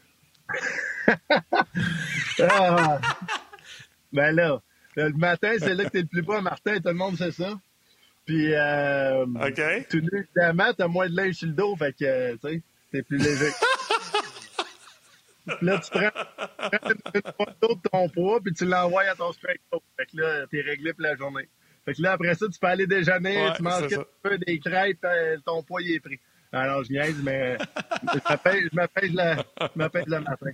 D: ah, ben là, le matin, c'est là que t'es le plus bas, Martin, tout le monde sait ça. Puis, euh,
B: OK.
D: Tout nu, évidemment, t'as moins de linge sur le dos, fait que, tu sais, t'es plus léger. Puis là, tu prends, prends une photo de ton poids, puis tu l'envoies à ton straight coach. Fait que là, t'es réglé pour la journée. Fait que là, après ça, tu peux aller déjeuner,
B: ouais,
D: tu manges un peu des crêpes, ton poids, il est pris. Alors, je niaise, mais je m'appelle le matin.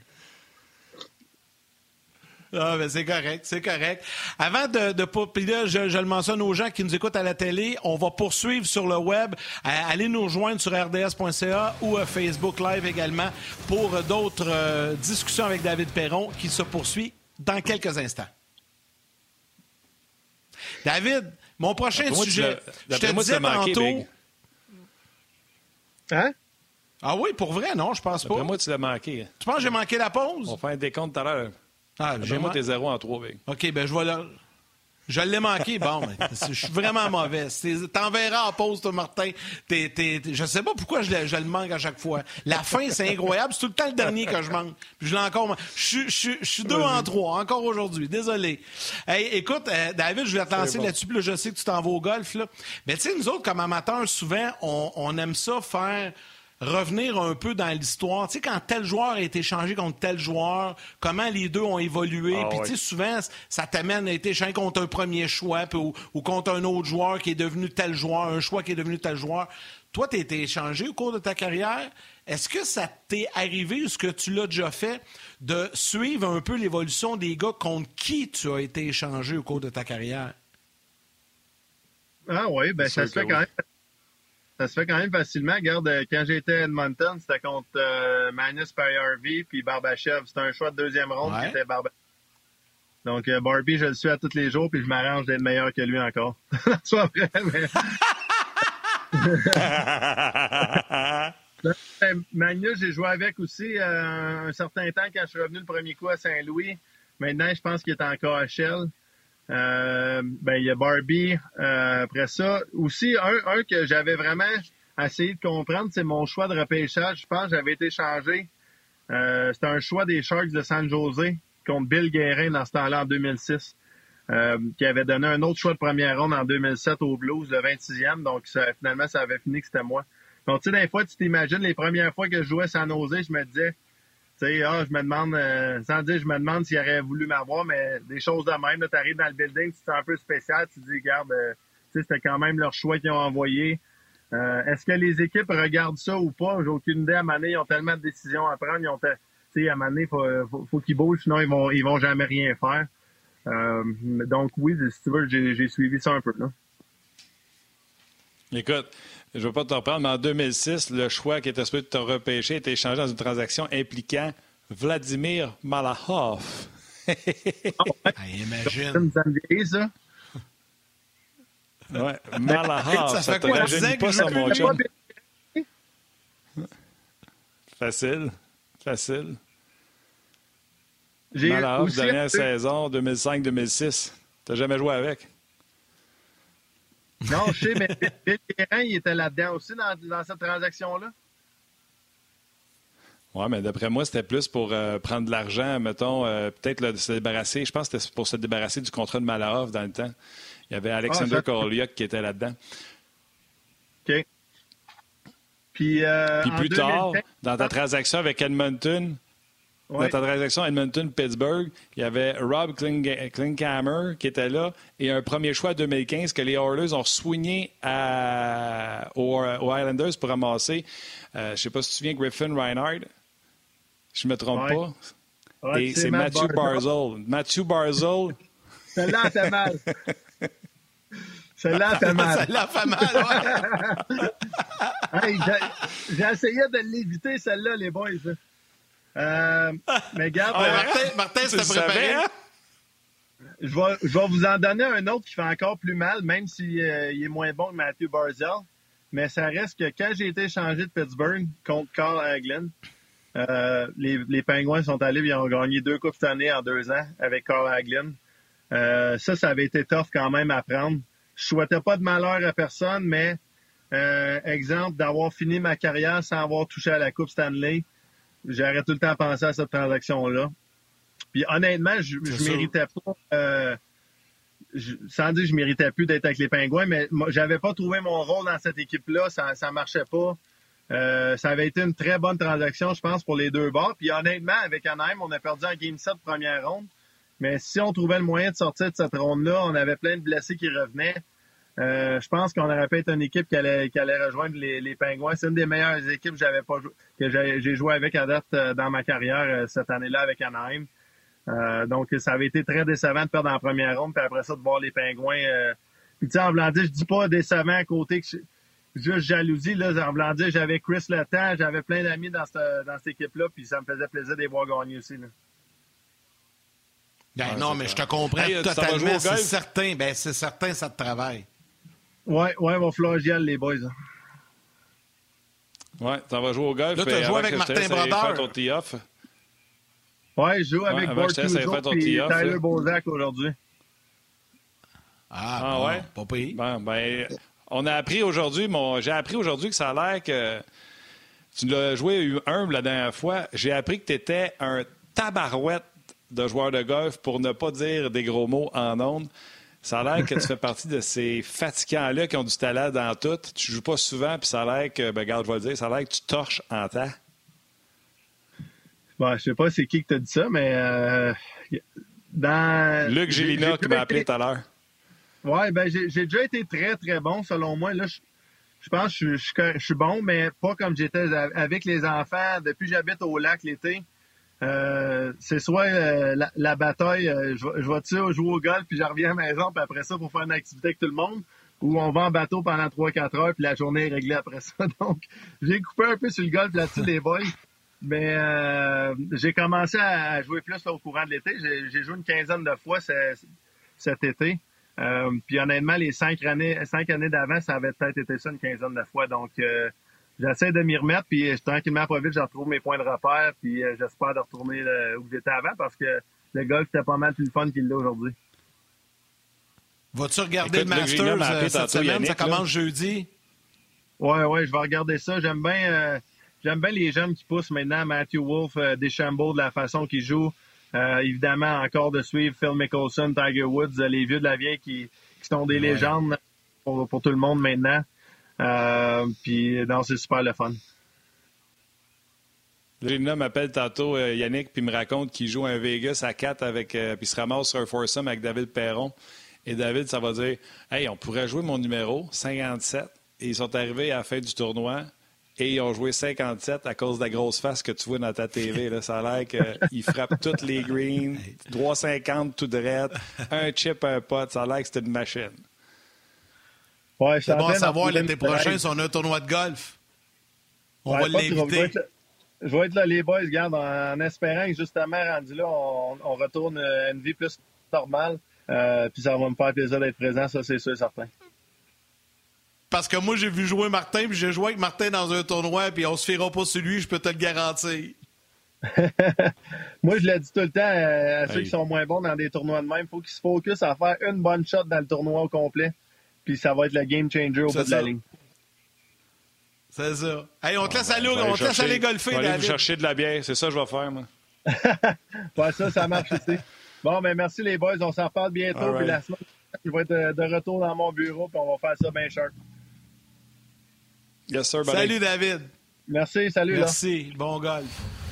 A: Ah, ben c'est correct, c'est correct. Avant de, de puis là, je, je le mentionne aux gens qui nous écoutent à la télé, on va poursuivre sur le web. Allez nous rejoindre sur r d s point c a ou à Facebook Live également pour d'autres euh, discussions avec David Perron qui se poursuit dans quelques instants. David, mon prochain
B: d'après
A: sujet,
B: moi,
A: je te
B: moi,
A: disais
B: manqué,
A: tantôt...
B: Big.
D: Hein?
A: Ah oui, pour vrai, non, je pense pas.
B: Après moi, tu l'as manqué.
A: Tu penses que j'ai manqué la pause?
B: On fait un décompte tout à l'heure.
A: Ah, j'ai
B: moi
A: man...
B: tes zéro en trois, Big.
A: OK, ben je vais le... Je l'ai manqué, bon, mais je suis vraiment mauvais. T'enverras en pause, toi, Martin. T'es, t'es, t'es... Je sais pas pourquoi je le, je le manque à chaque fois. La fin, c'est incroyable. C'est tout le temps le dernier que je manque. Puis je l'ai encore... Je, je, je suis deux en trois, encore aujourd'hui. Désolé. Hey, écoute, euh, David, je vais te lancer bon. là-dessus. Puis là, je sais que tu t'en vas au golf, là. Mais tu sais, nous autres, comme amateurs, souvent, on, on aime ça faire... revenir un peu dans l'histoire. Tu sais, quand tel joueur a été échangé contre tel joueur, comment les deux ont évolué.
B: Ah,
A: puis,
B: ouais.
A: tu sais, souvent, ça t'amène à être échangé contre un premier choix puis, ou, ou contre un autre joueur qui est devenu tel joueur, un choix qui est devenu tel joueur. Toi, tu as été échangé au cours de ta carrière. Est-ce que ça t'est arrivé ou est-ce que tu l'as déjà fait de suivre un peu l'évolution des gars contre qui tu as été échangé au cours de ta carrière?
D: Ah oui, ben ça se fait quand même. Ça se fait quand même facilement. Regarde, quand j'étais à Edmonton, c'était contre euh, Magnus Pariarvi puis Barbachev. C'était un choix de deuxième ronde
A: ouais.
D: qui était Barbachev. Donc, euh, Barbie, je le suis à tous les jours puis je m'arrange d'être meilleur que lui encore. C'est pas vrai, mais... Magnus, j'ai joué avec aussi euh, un certain temps quand je suis revenu le premier coup à Saint-Louis. Maintenant, je pense qu'il est en K H L. Euh, ben, il y a Barbie. Euh, après ça, aussi, un, un que j'avais vraiment essayé de comprendre, c'est mon choix de repêchage. Je pense que j'avais été changé. Euh, c'était un choix des Sharks de San Jose contre Bill Guérin dans ce temps-là, en deux mille six, euh, qui avait donné un autre choix de première ronde en deux mille sept au Blues, le vingt-sixième. Donc, ça, finalement, ça avait fini que c'était moi. Donc, tu sais, des fois, tu t'imagines, les premières fois que je jouais à San Jose, je me disais... Tu sais, ah, je me demande, euh, sans dire, je me demande s'il aurait voulu m'avoir, mais des choses de même. Tu arrives dans le building, tu te sens un peu spécial, tu te dis, regarde, euh, tu sais, c'était quand même leur choix qu'ils ont envoyé. Euh, est-ce que les équipes regardent ça ou pas? J'ai aucune idée. À un moment donné, ils ont tellement de décisions à prendre. Ils ont, tu sais, à un moment donné, il faut, faut, faut qu'ils bougent, sinon ils vont, ils vont jamais rien faire. Euh, donc, oui, si tu veux, j'ai, j'ai suivi ça un peu, là.
B: Écoute, je ne veux pas te reprendre, mais en deux mille six, le choix qui était supposé de te repêcher a été échangé dans une transaction impliquant Vladimir Malahov.
A: Oh, ouais. Ah, imagine.
D: Ça me vieillit, ça.
B: Ouais, Malahov,
A: ça,
B: ça
A: fait
B: te
A: quoi,
B: rajeunit pas ça, mon chum. Facile. Facile.
D: J'ai
B: Malheur,
D: aussi
B: dernière
D: un-
B: saison, deux mille cinq deux mille six. T'as jamais joué avec?
D: Non, je sais, mais Bill Guérin, il était là-dedans aussi dans, dans cette transaction-là.
B: Oui, mais d'après moi, c'était plus pour euh, prendre de l'argent, mettons, euh, peut-être là, de se débarrasser. Je pense que c'était pour se débarrasser du contrat de Malahov dans le temps. Il y avait Alexander
D: Ah, ça-
B: Koroliuk qui était là-dedans.
D: OK. Puis, euh,
B: Puis
D: en
B: plus tard,
D: deux mille quinze,
B: dans ta transaction avec Edmonton,
D: ouais.
B: dans ta transaction Edmonton-Pittsburgh, il y avait Rob Kling- Klinkhammer qui était là et un premier choix deux mille quinze que les Oilers ont soigné à, aux, aux Islanders pour ramasser. Euh, je ne sais pas si tu te souviens, Griffin Reinhardt. Je ne me trompe
D: Ouais.
B: pas.
D: Ouais,
B: Et
D: tu sais,
B: c'est
D: Matt
B: Matthew
D: Barzal.
B: Barzal. Matthew Barzal.
D: Celle-là, elle fait mal. Celle-là, elle fait mal.
A: Ça fait mal, ouais.
D: Hey, j'ai, j'ai essayé de l'éviter, celle-là, les boys. là. Euh, mais regarde,
A: Ouais,
D: euh,
A: Martin, Martin
B: Tu
A: s'était
B: le savais,
A: préparé.
B: hein?
D: je, vais, je vais vous en donner un autre qui fait encore plus mal, même s'il est moins bon que Matthew Barzal. Mais ça reste que quand j'ai été échangé de Pittsburgh contre Carl Hagelin, euh, les, les Pingouins sont allés et ils ont gagné deux Coupes cette année en deux ans avec Carl Hagelin. Euh, ça, ça avait été tough quand même à prendre. Je souhaitais pas de malheur à personne, mais euh, exemple, d'avoir fini ma carrière sans avoir touché à la Coupe Stanley, j'aurais tout le temps pensé à cette transaction-là. Puis honnêtement, je,
A: C'est
D: je
A: sûr.
D: méritais pas, euh, je- sans dire que je méritais plus d'être avec les Pingouins, mais moi, j'avais pas trouvé mon rôle dans cette équipe-là, ça, ça marchait pas. Euh, ça avait été une très bonne transaction, je pense, pour les deux bords. Puis honnêtement, avec Anaheim, on a perdu en Game sept première ronde. Mais si on trouvait le moyen de sortir de cette ronde-là, on avait plein de blessés qui revenaient. Euh, je pense qu'on aurait pu être une équipe qui allait, qui allait rejoindre les, les Pingouins. C'est une des meilleures équipes que j'avais pas jou- que j'ai, j'ai joué avec à date euh, dans ma carrière euh, cette année-là avec Anaheim. Euh, donc, ça avait été très décevant de perdre en première ronde, puis après ça, de voir les Pingouins. Euh... Puis, tu sais, en voulant dire, je dis pas décevant à côté, que je- juste jalousie, là, en voulant dire, j'avais Chris Letang, j'avais plein d'amis dans cette, dans cette équipe-là, puis ça me faisait plaisir de les voir gagner aussi, là.
A: Ben
B: Ouais,
A: non,
B: c'est
A: mais
B: ça.
A: je te comprends
B: Hey, tu t'en vas jouer
A: totalement.
B: au
A: C'est
B: golf?
A: certain. Ben, c'est certain, ça te travaille.
D: Ouais, ouais, va falloir que j'y aille, les boys. Là.
B: Ouais, t'en vas jouer au golf.
A: Là, t'as
B: et
A: joué
B: avant
A: avec
B: que je te
A: Martin
B: laisse aller
A: Brodeur.
B: faire ton tee-off.
D: Ouais, je joue avec
B: avant
D: Bort
B: que je te laisse aller
D: Tuzo
B: faire ton
D: et
B: tee-off,
D: Tyler
B: là.
D: Bozak aujourd'hui.
A: Ah,
B: Ah
A: bon,
B: ouais?
A: pas pire.
B: Bon, ben, on a appris aujourd'hui, mon, j'ai appris aujourd'hui que ça a l'air que tu l'as joué humble la dernière fois. J'ai appris que tu étais un tabarouette de joueur de golf pour ne pas dire des gros mots en ondes. Ça a l'air que tu fais partie de ces fatigants-là qui ont du talent dans tout. Tu joues pas souvent, puis ça a l'air que, ben, regarde, je vais le dire, ça a l'air que tu torches en temps.
D: Bon, je sais pas c'est qui qui t'a dit ça, mais euh, dans...
B: Luc
D: j'ai-
B: Gélina
D: j'ai
B: qui
D: déjà
B: m'a appelé
D: été-
B: tout à l'heure.
D: Ouais, ben j'ai j'ai déjà été très, très bon, selon moi. Là, je, je pense que je, je, je suis bon, mais pas comme j'étais avec les enfants. Depuis que j'habite au lac l'été, euh, c'est soit euh, la, la bataille, euh, je, vais- je vais-tu jouer au golf, puis je reviens à la maison, puis après ça, pour faire une activité avec tout le monde, ou on va en bateau pendant trois quatre heures, puis la journée est réglée après ça. Donc, j'ai coupé un peu sur le golf là-dessus, les boys. Mais euh, j'ai commencé à jouer plus là, au courant de l'été. J'ai, j'ai joué une quinzaine de fois ce- cet été. Euh, puis honnêtement, les cinq années, cinq années d'avant, ça avait peut-être été ça une quinzaine de fois. Donc, euh, j'essaie de m'y remettre. Puis euh, tranquillement, pas vite, je retrouve mes points de repère. Puis euh, j'espère de retourner euh, où j'étais avant parce que le golf était pas mal plus le fun qu'il l'est aujourd'hui.
A: Vas-tu regarder
B: Écoute,
A: le
B: Luc Gélina
A: Masters
B: m'a appelé
A: euh, cette
B: tantôt,
A: semaine?
B: Yannick,
A: Ça
B: là.
A: commence jeudi.
D: Ouais, ouais, je vais regarder ça. J'aime bien, euh, j'aime bien les jeunes qui poussent maintenant. Matthew Wolf, euh, Deschambault, de la façon qu'il joue. Euh, évidemment, encore de suivre Phil Mickelson, Tiger Woods, euh, les vieux de la vieille qui, qui sont des
A: Ouais.
D: légendes pour, pour tout le monde maintenant. Euh, puis, non, c'est super le fun.
B: Gélina m'appelle tantôt, euh, Yannick, puis me raconte qu'il joue un Vegas à quatre avec, euh, puis il se ramasse sur un foursome avec David Perron. Et David, ça va dire, hey, on pourrait jouer mon numéro, cinquante-sept. Et ils sont arrivés à la fin du tournoi et ils ont joué cinquante-sept à cause de la grosse face que tu vois dans ta T V. Là. Ça a l'air qu'ils frappent toutes les greens, trois cinquante tout droit, un chip, un pot. Ça a l'air que c'est une machine.
D: Ouais, je
A: C'est
D: suis en
A: bon à
D: train d'en
A: savoir
D: trouver
A: l'été
D: une
A: prochain
D: collègue.
A: si on a un tournoi de golf. On
D: Ouais,
A: va
D: pas que je vais
A: l'inviter.
D: être là- Je vais être là, les boys, regarde, en, en espérant que justement, rendu là, on, on retourne à une vie plus normale. Euh, puis ça va me faire plaisir d'être présent, ça, c'est sûr et certain.
A: parce que moi, j'ai vu jouer Martin, puis j'ai joué avec Martin dans un tournoi, puis on se fera pas sur lui, je peux te le garantir.
D: Moi, je l'ai dit tout le temps à, à ceux
B: hey.
D: qui sont moins bons dans des tournois de même. Il faut qu'ils se focus à faire une bonne shot dans le tournoi au complet. Puis ça va être le game changer au
A: C'est
D: bout de la
A: ça.
D: ligne.
A: C'est ça. Hey, on te laisse
B: Ah,
A: aller,
B: ben,
A: on te laisse
B: chercher-
A: aller golfer,
B: je vais aller
A: David.
B: vous chercher de la bière. C'est ça que je vais faire, moi.
D: Ouais, ça, ça marche aussi. Bon, ben merci les boys. On s'en reparle bientôt.
B: All right.
D: Puis la semaine, je vais être de, de retour dans mon bureau. Puis on va faire ça bien sharp.
B: Yes, sir, buddy.
A: Salut, David.
D: Merci. Salut. Là.
A: Merci. Bon golf.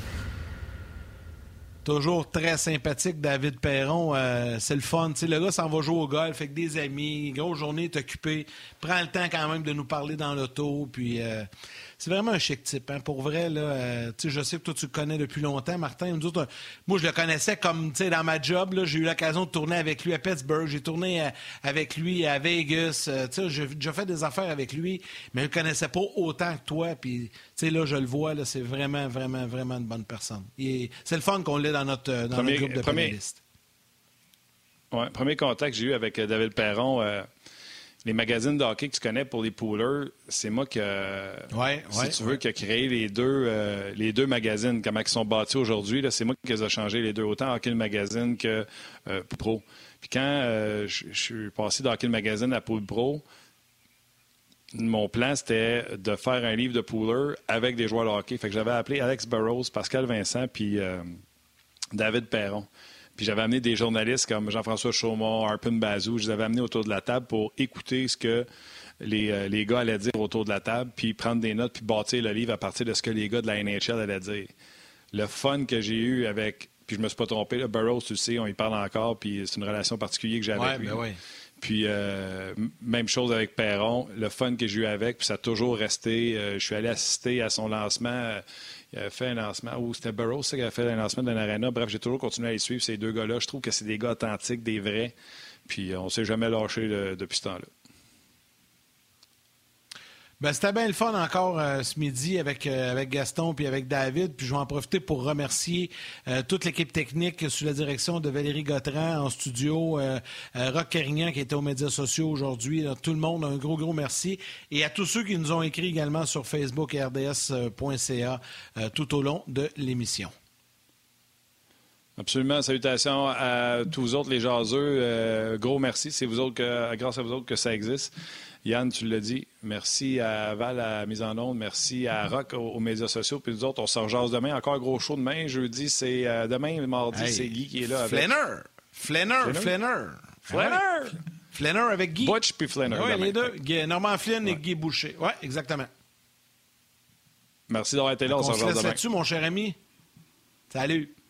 A: Toujours très sympathique, David Perron. Euh, c'est le fun. Tu sais, le gars s'en va jouer au golf avec des amis. Grosse journée, est occupé. Prend le temps quand même de nous parler dans l'auto. Puis euh, c'est vraiment un chic type. Hein. Pour vrai, là, euh, tu sais, je sais que toi, tu le connais depuis longtemps, Martin. Nous autres, euh, moi, je le connaissais comme, tu sais, dans ma job. Là, j'ai eu l'occasion de tourner avec lui à Pittsburgh. J'ai tourné euh, avec lui à Vegas. Euh, tu sais, j'ai déjà fait des affaires avec lui, mais je le connaissais pas autant que toi. Puis, tu sais, là, je le vois, là, c'est vraiment, vraiment, vraiment une bonne personne. Et c'est le fun qu'on l'ait dans notre, dans
B: Premier-
A: notre groupe de
B: premier-
A: panélistes.
B: Ouais, premier contact que j'ai eu avec euh, David Perron, euh, les magazines de hockey que tu connais pour les poolers, c'est moi qui, euh,
A: Ouais,
B: si
A: ouais,
B: tu
A: ouais.
B: veux, qui a créé les deux, euh, les deux magazines, comment ils sont bâtis aujourd'hui. Là, c'est moi qui les ai changés les deux, autant Hockey le Magazine que euh, Pool Pro. Puis quand euh, je je suis passé de Hockey le Magazine à Pool Pro, mon plan, c'était de faire un livre de pooler avec des joueurs de hockey. Fait que j'avais appelé Alex Burrows, Pascal Vincent, puis euh, David Perron. Puis j'avais amené des journalistes comme Jean-François Chaumont, Harpin Bazou. Je les avais amenés autour de la table pour écouter ce que les, euh, les gars allaient dire autour de la table, puis prendre des notes, puis bâtir le livre à partir de ce que les gars de la N H L allaient dire. Le fun que j'ai eu avec... Puis je me suis pas trompé, là, Burrows, tu le sais, on y parle encore, puis c'est une relation particulière que j'ai avec
A: Ouais,
B: lui.
A: ben oui.
B: Puis, euh, même chose avec Perron, le fun que j'ai eu avec, puis ça a toujours resté. Euh, je suis allé assister à son lancement. Euh, il avait fait un lancement, ou c'était Burroughs qui avait fait un lancement d'un arena. Bref, j'ai toujours continué à les suivre, ces deux gars-là. Je trouve que c'est des gars authentiques, des vrais. Puis, on ne s'est jamais lâché là, depuis ce temps-là.
A: Ben, c'était bien le fun encore euh, ce midi avec, euh, avec Gaston puis avec David. Puis je vais en profiter pour remercier euh, toute l'équipe technique sous la direction de Valérie Gautran en studio, euh, euh, Roch Carignan qui était aux médias sociaux aujourd'hui. Là, tout le monde, un gros, gros merci. Et à tous ceux qui nous ont écrit également sur Facebook et R D S point C A euh, tout au long de l'émission.
B: Absolument. Salutations à tous vous autres, les jaseux. Euh, gros merci. C'est vous autres que, grâce à vous autres que ça existe. Yann, tu l'as dit. Merci à Val à la mise en onde. Merci à Roch aux, aux médias sociaux. Puis nous autres, on se rejase demain. Encore un gros show demain. Jeudi, c'est euh, demain. Mardi,
A: Hey,
B: c'est Guy qui est là. Avec...
A: Flanner! Flanner! Flanner!
B: Flanner!
A: Ouais. Flanner avec Guy.
B: Butch puis Flanner.
A: Oui,
B: demain.
A: les deux. Guy- Normand Flynn
B: Ouais.
A: et Guy Boucher. Oui, exactement.
B: Merci d'avoir été là. On,
A: On
B: se
A: se
B: rejoint
A: laisse
B: demain.
A: là-dessus, mon cher ami. Salut!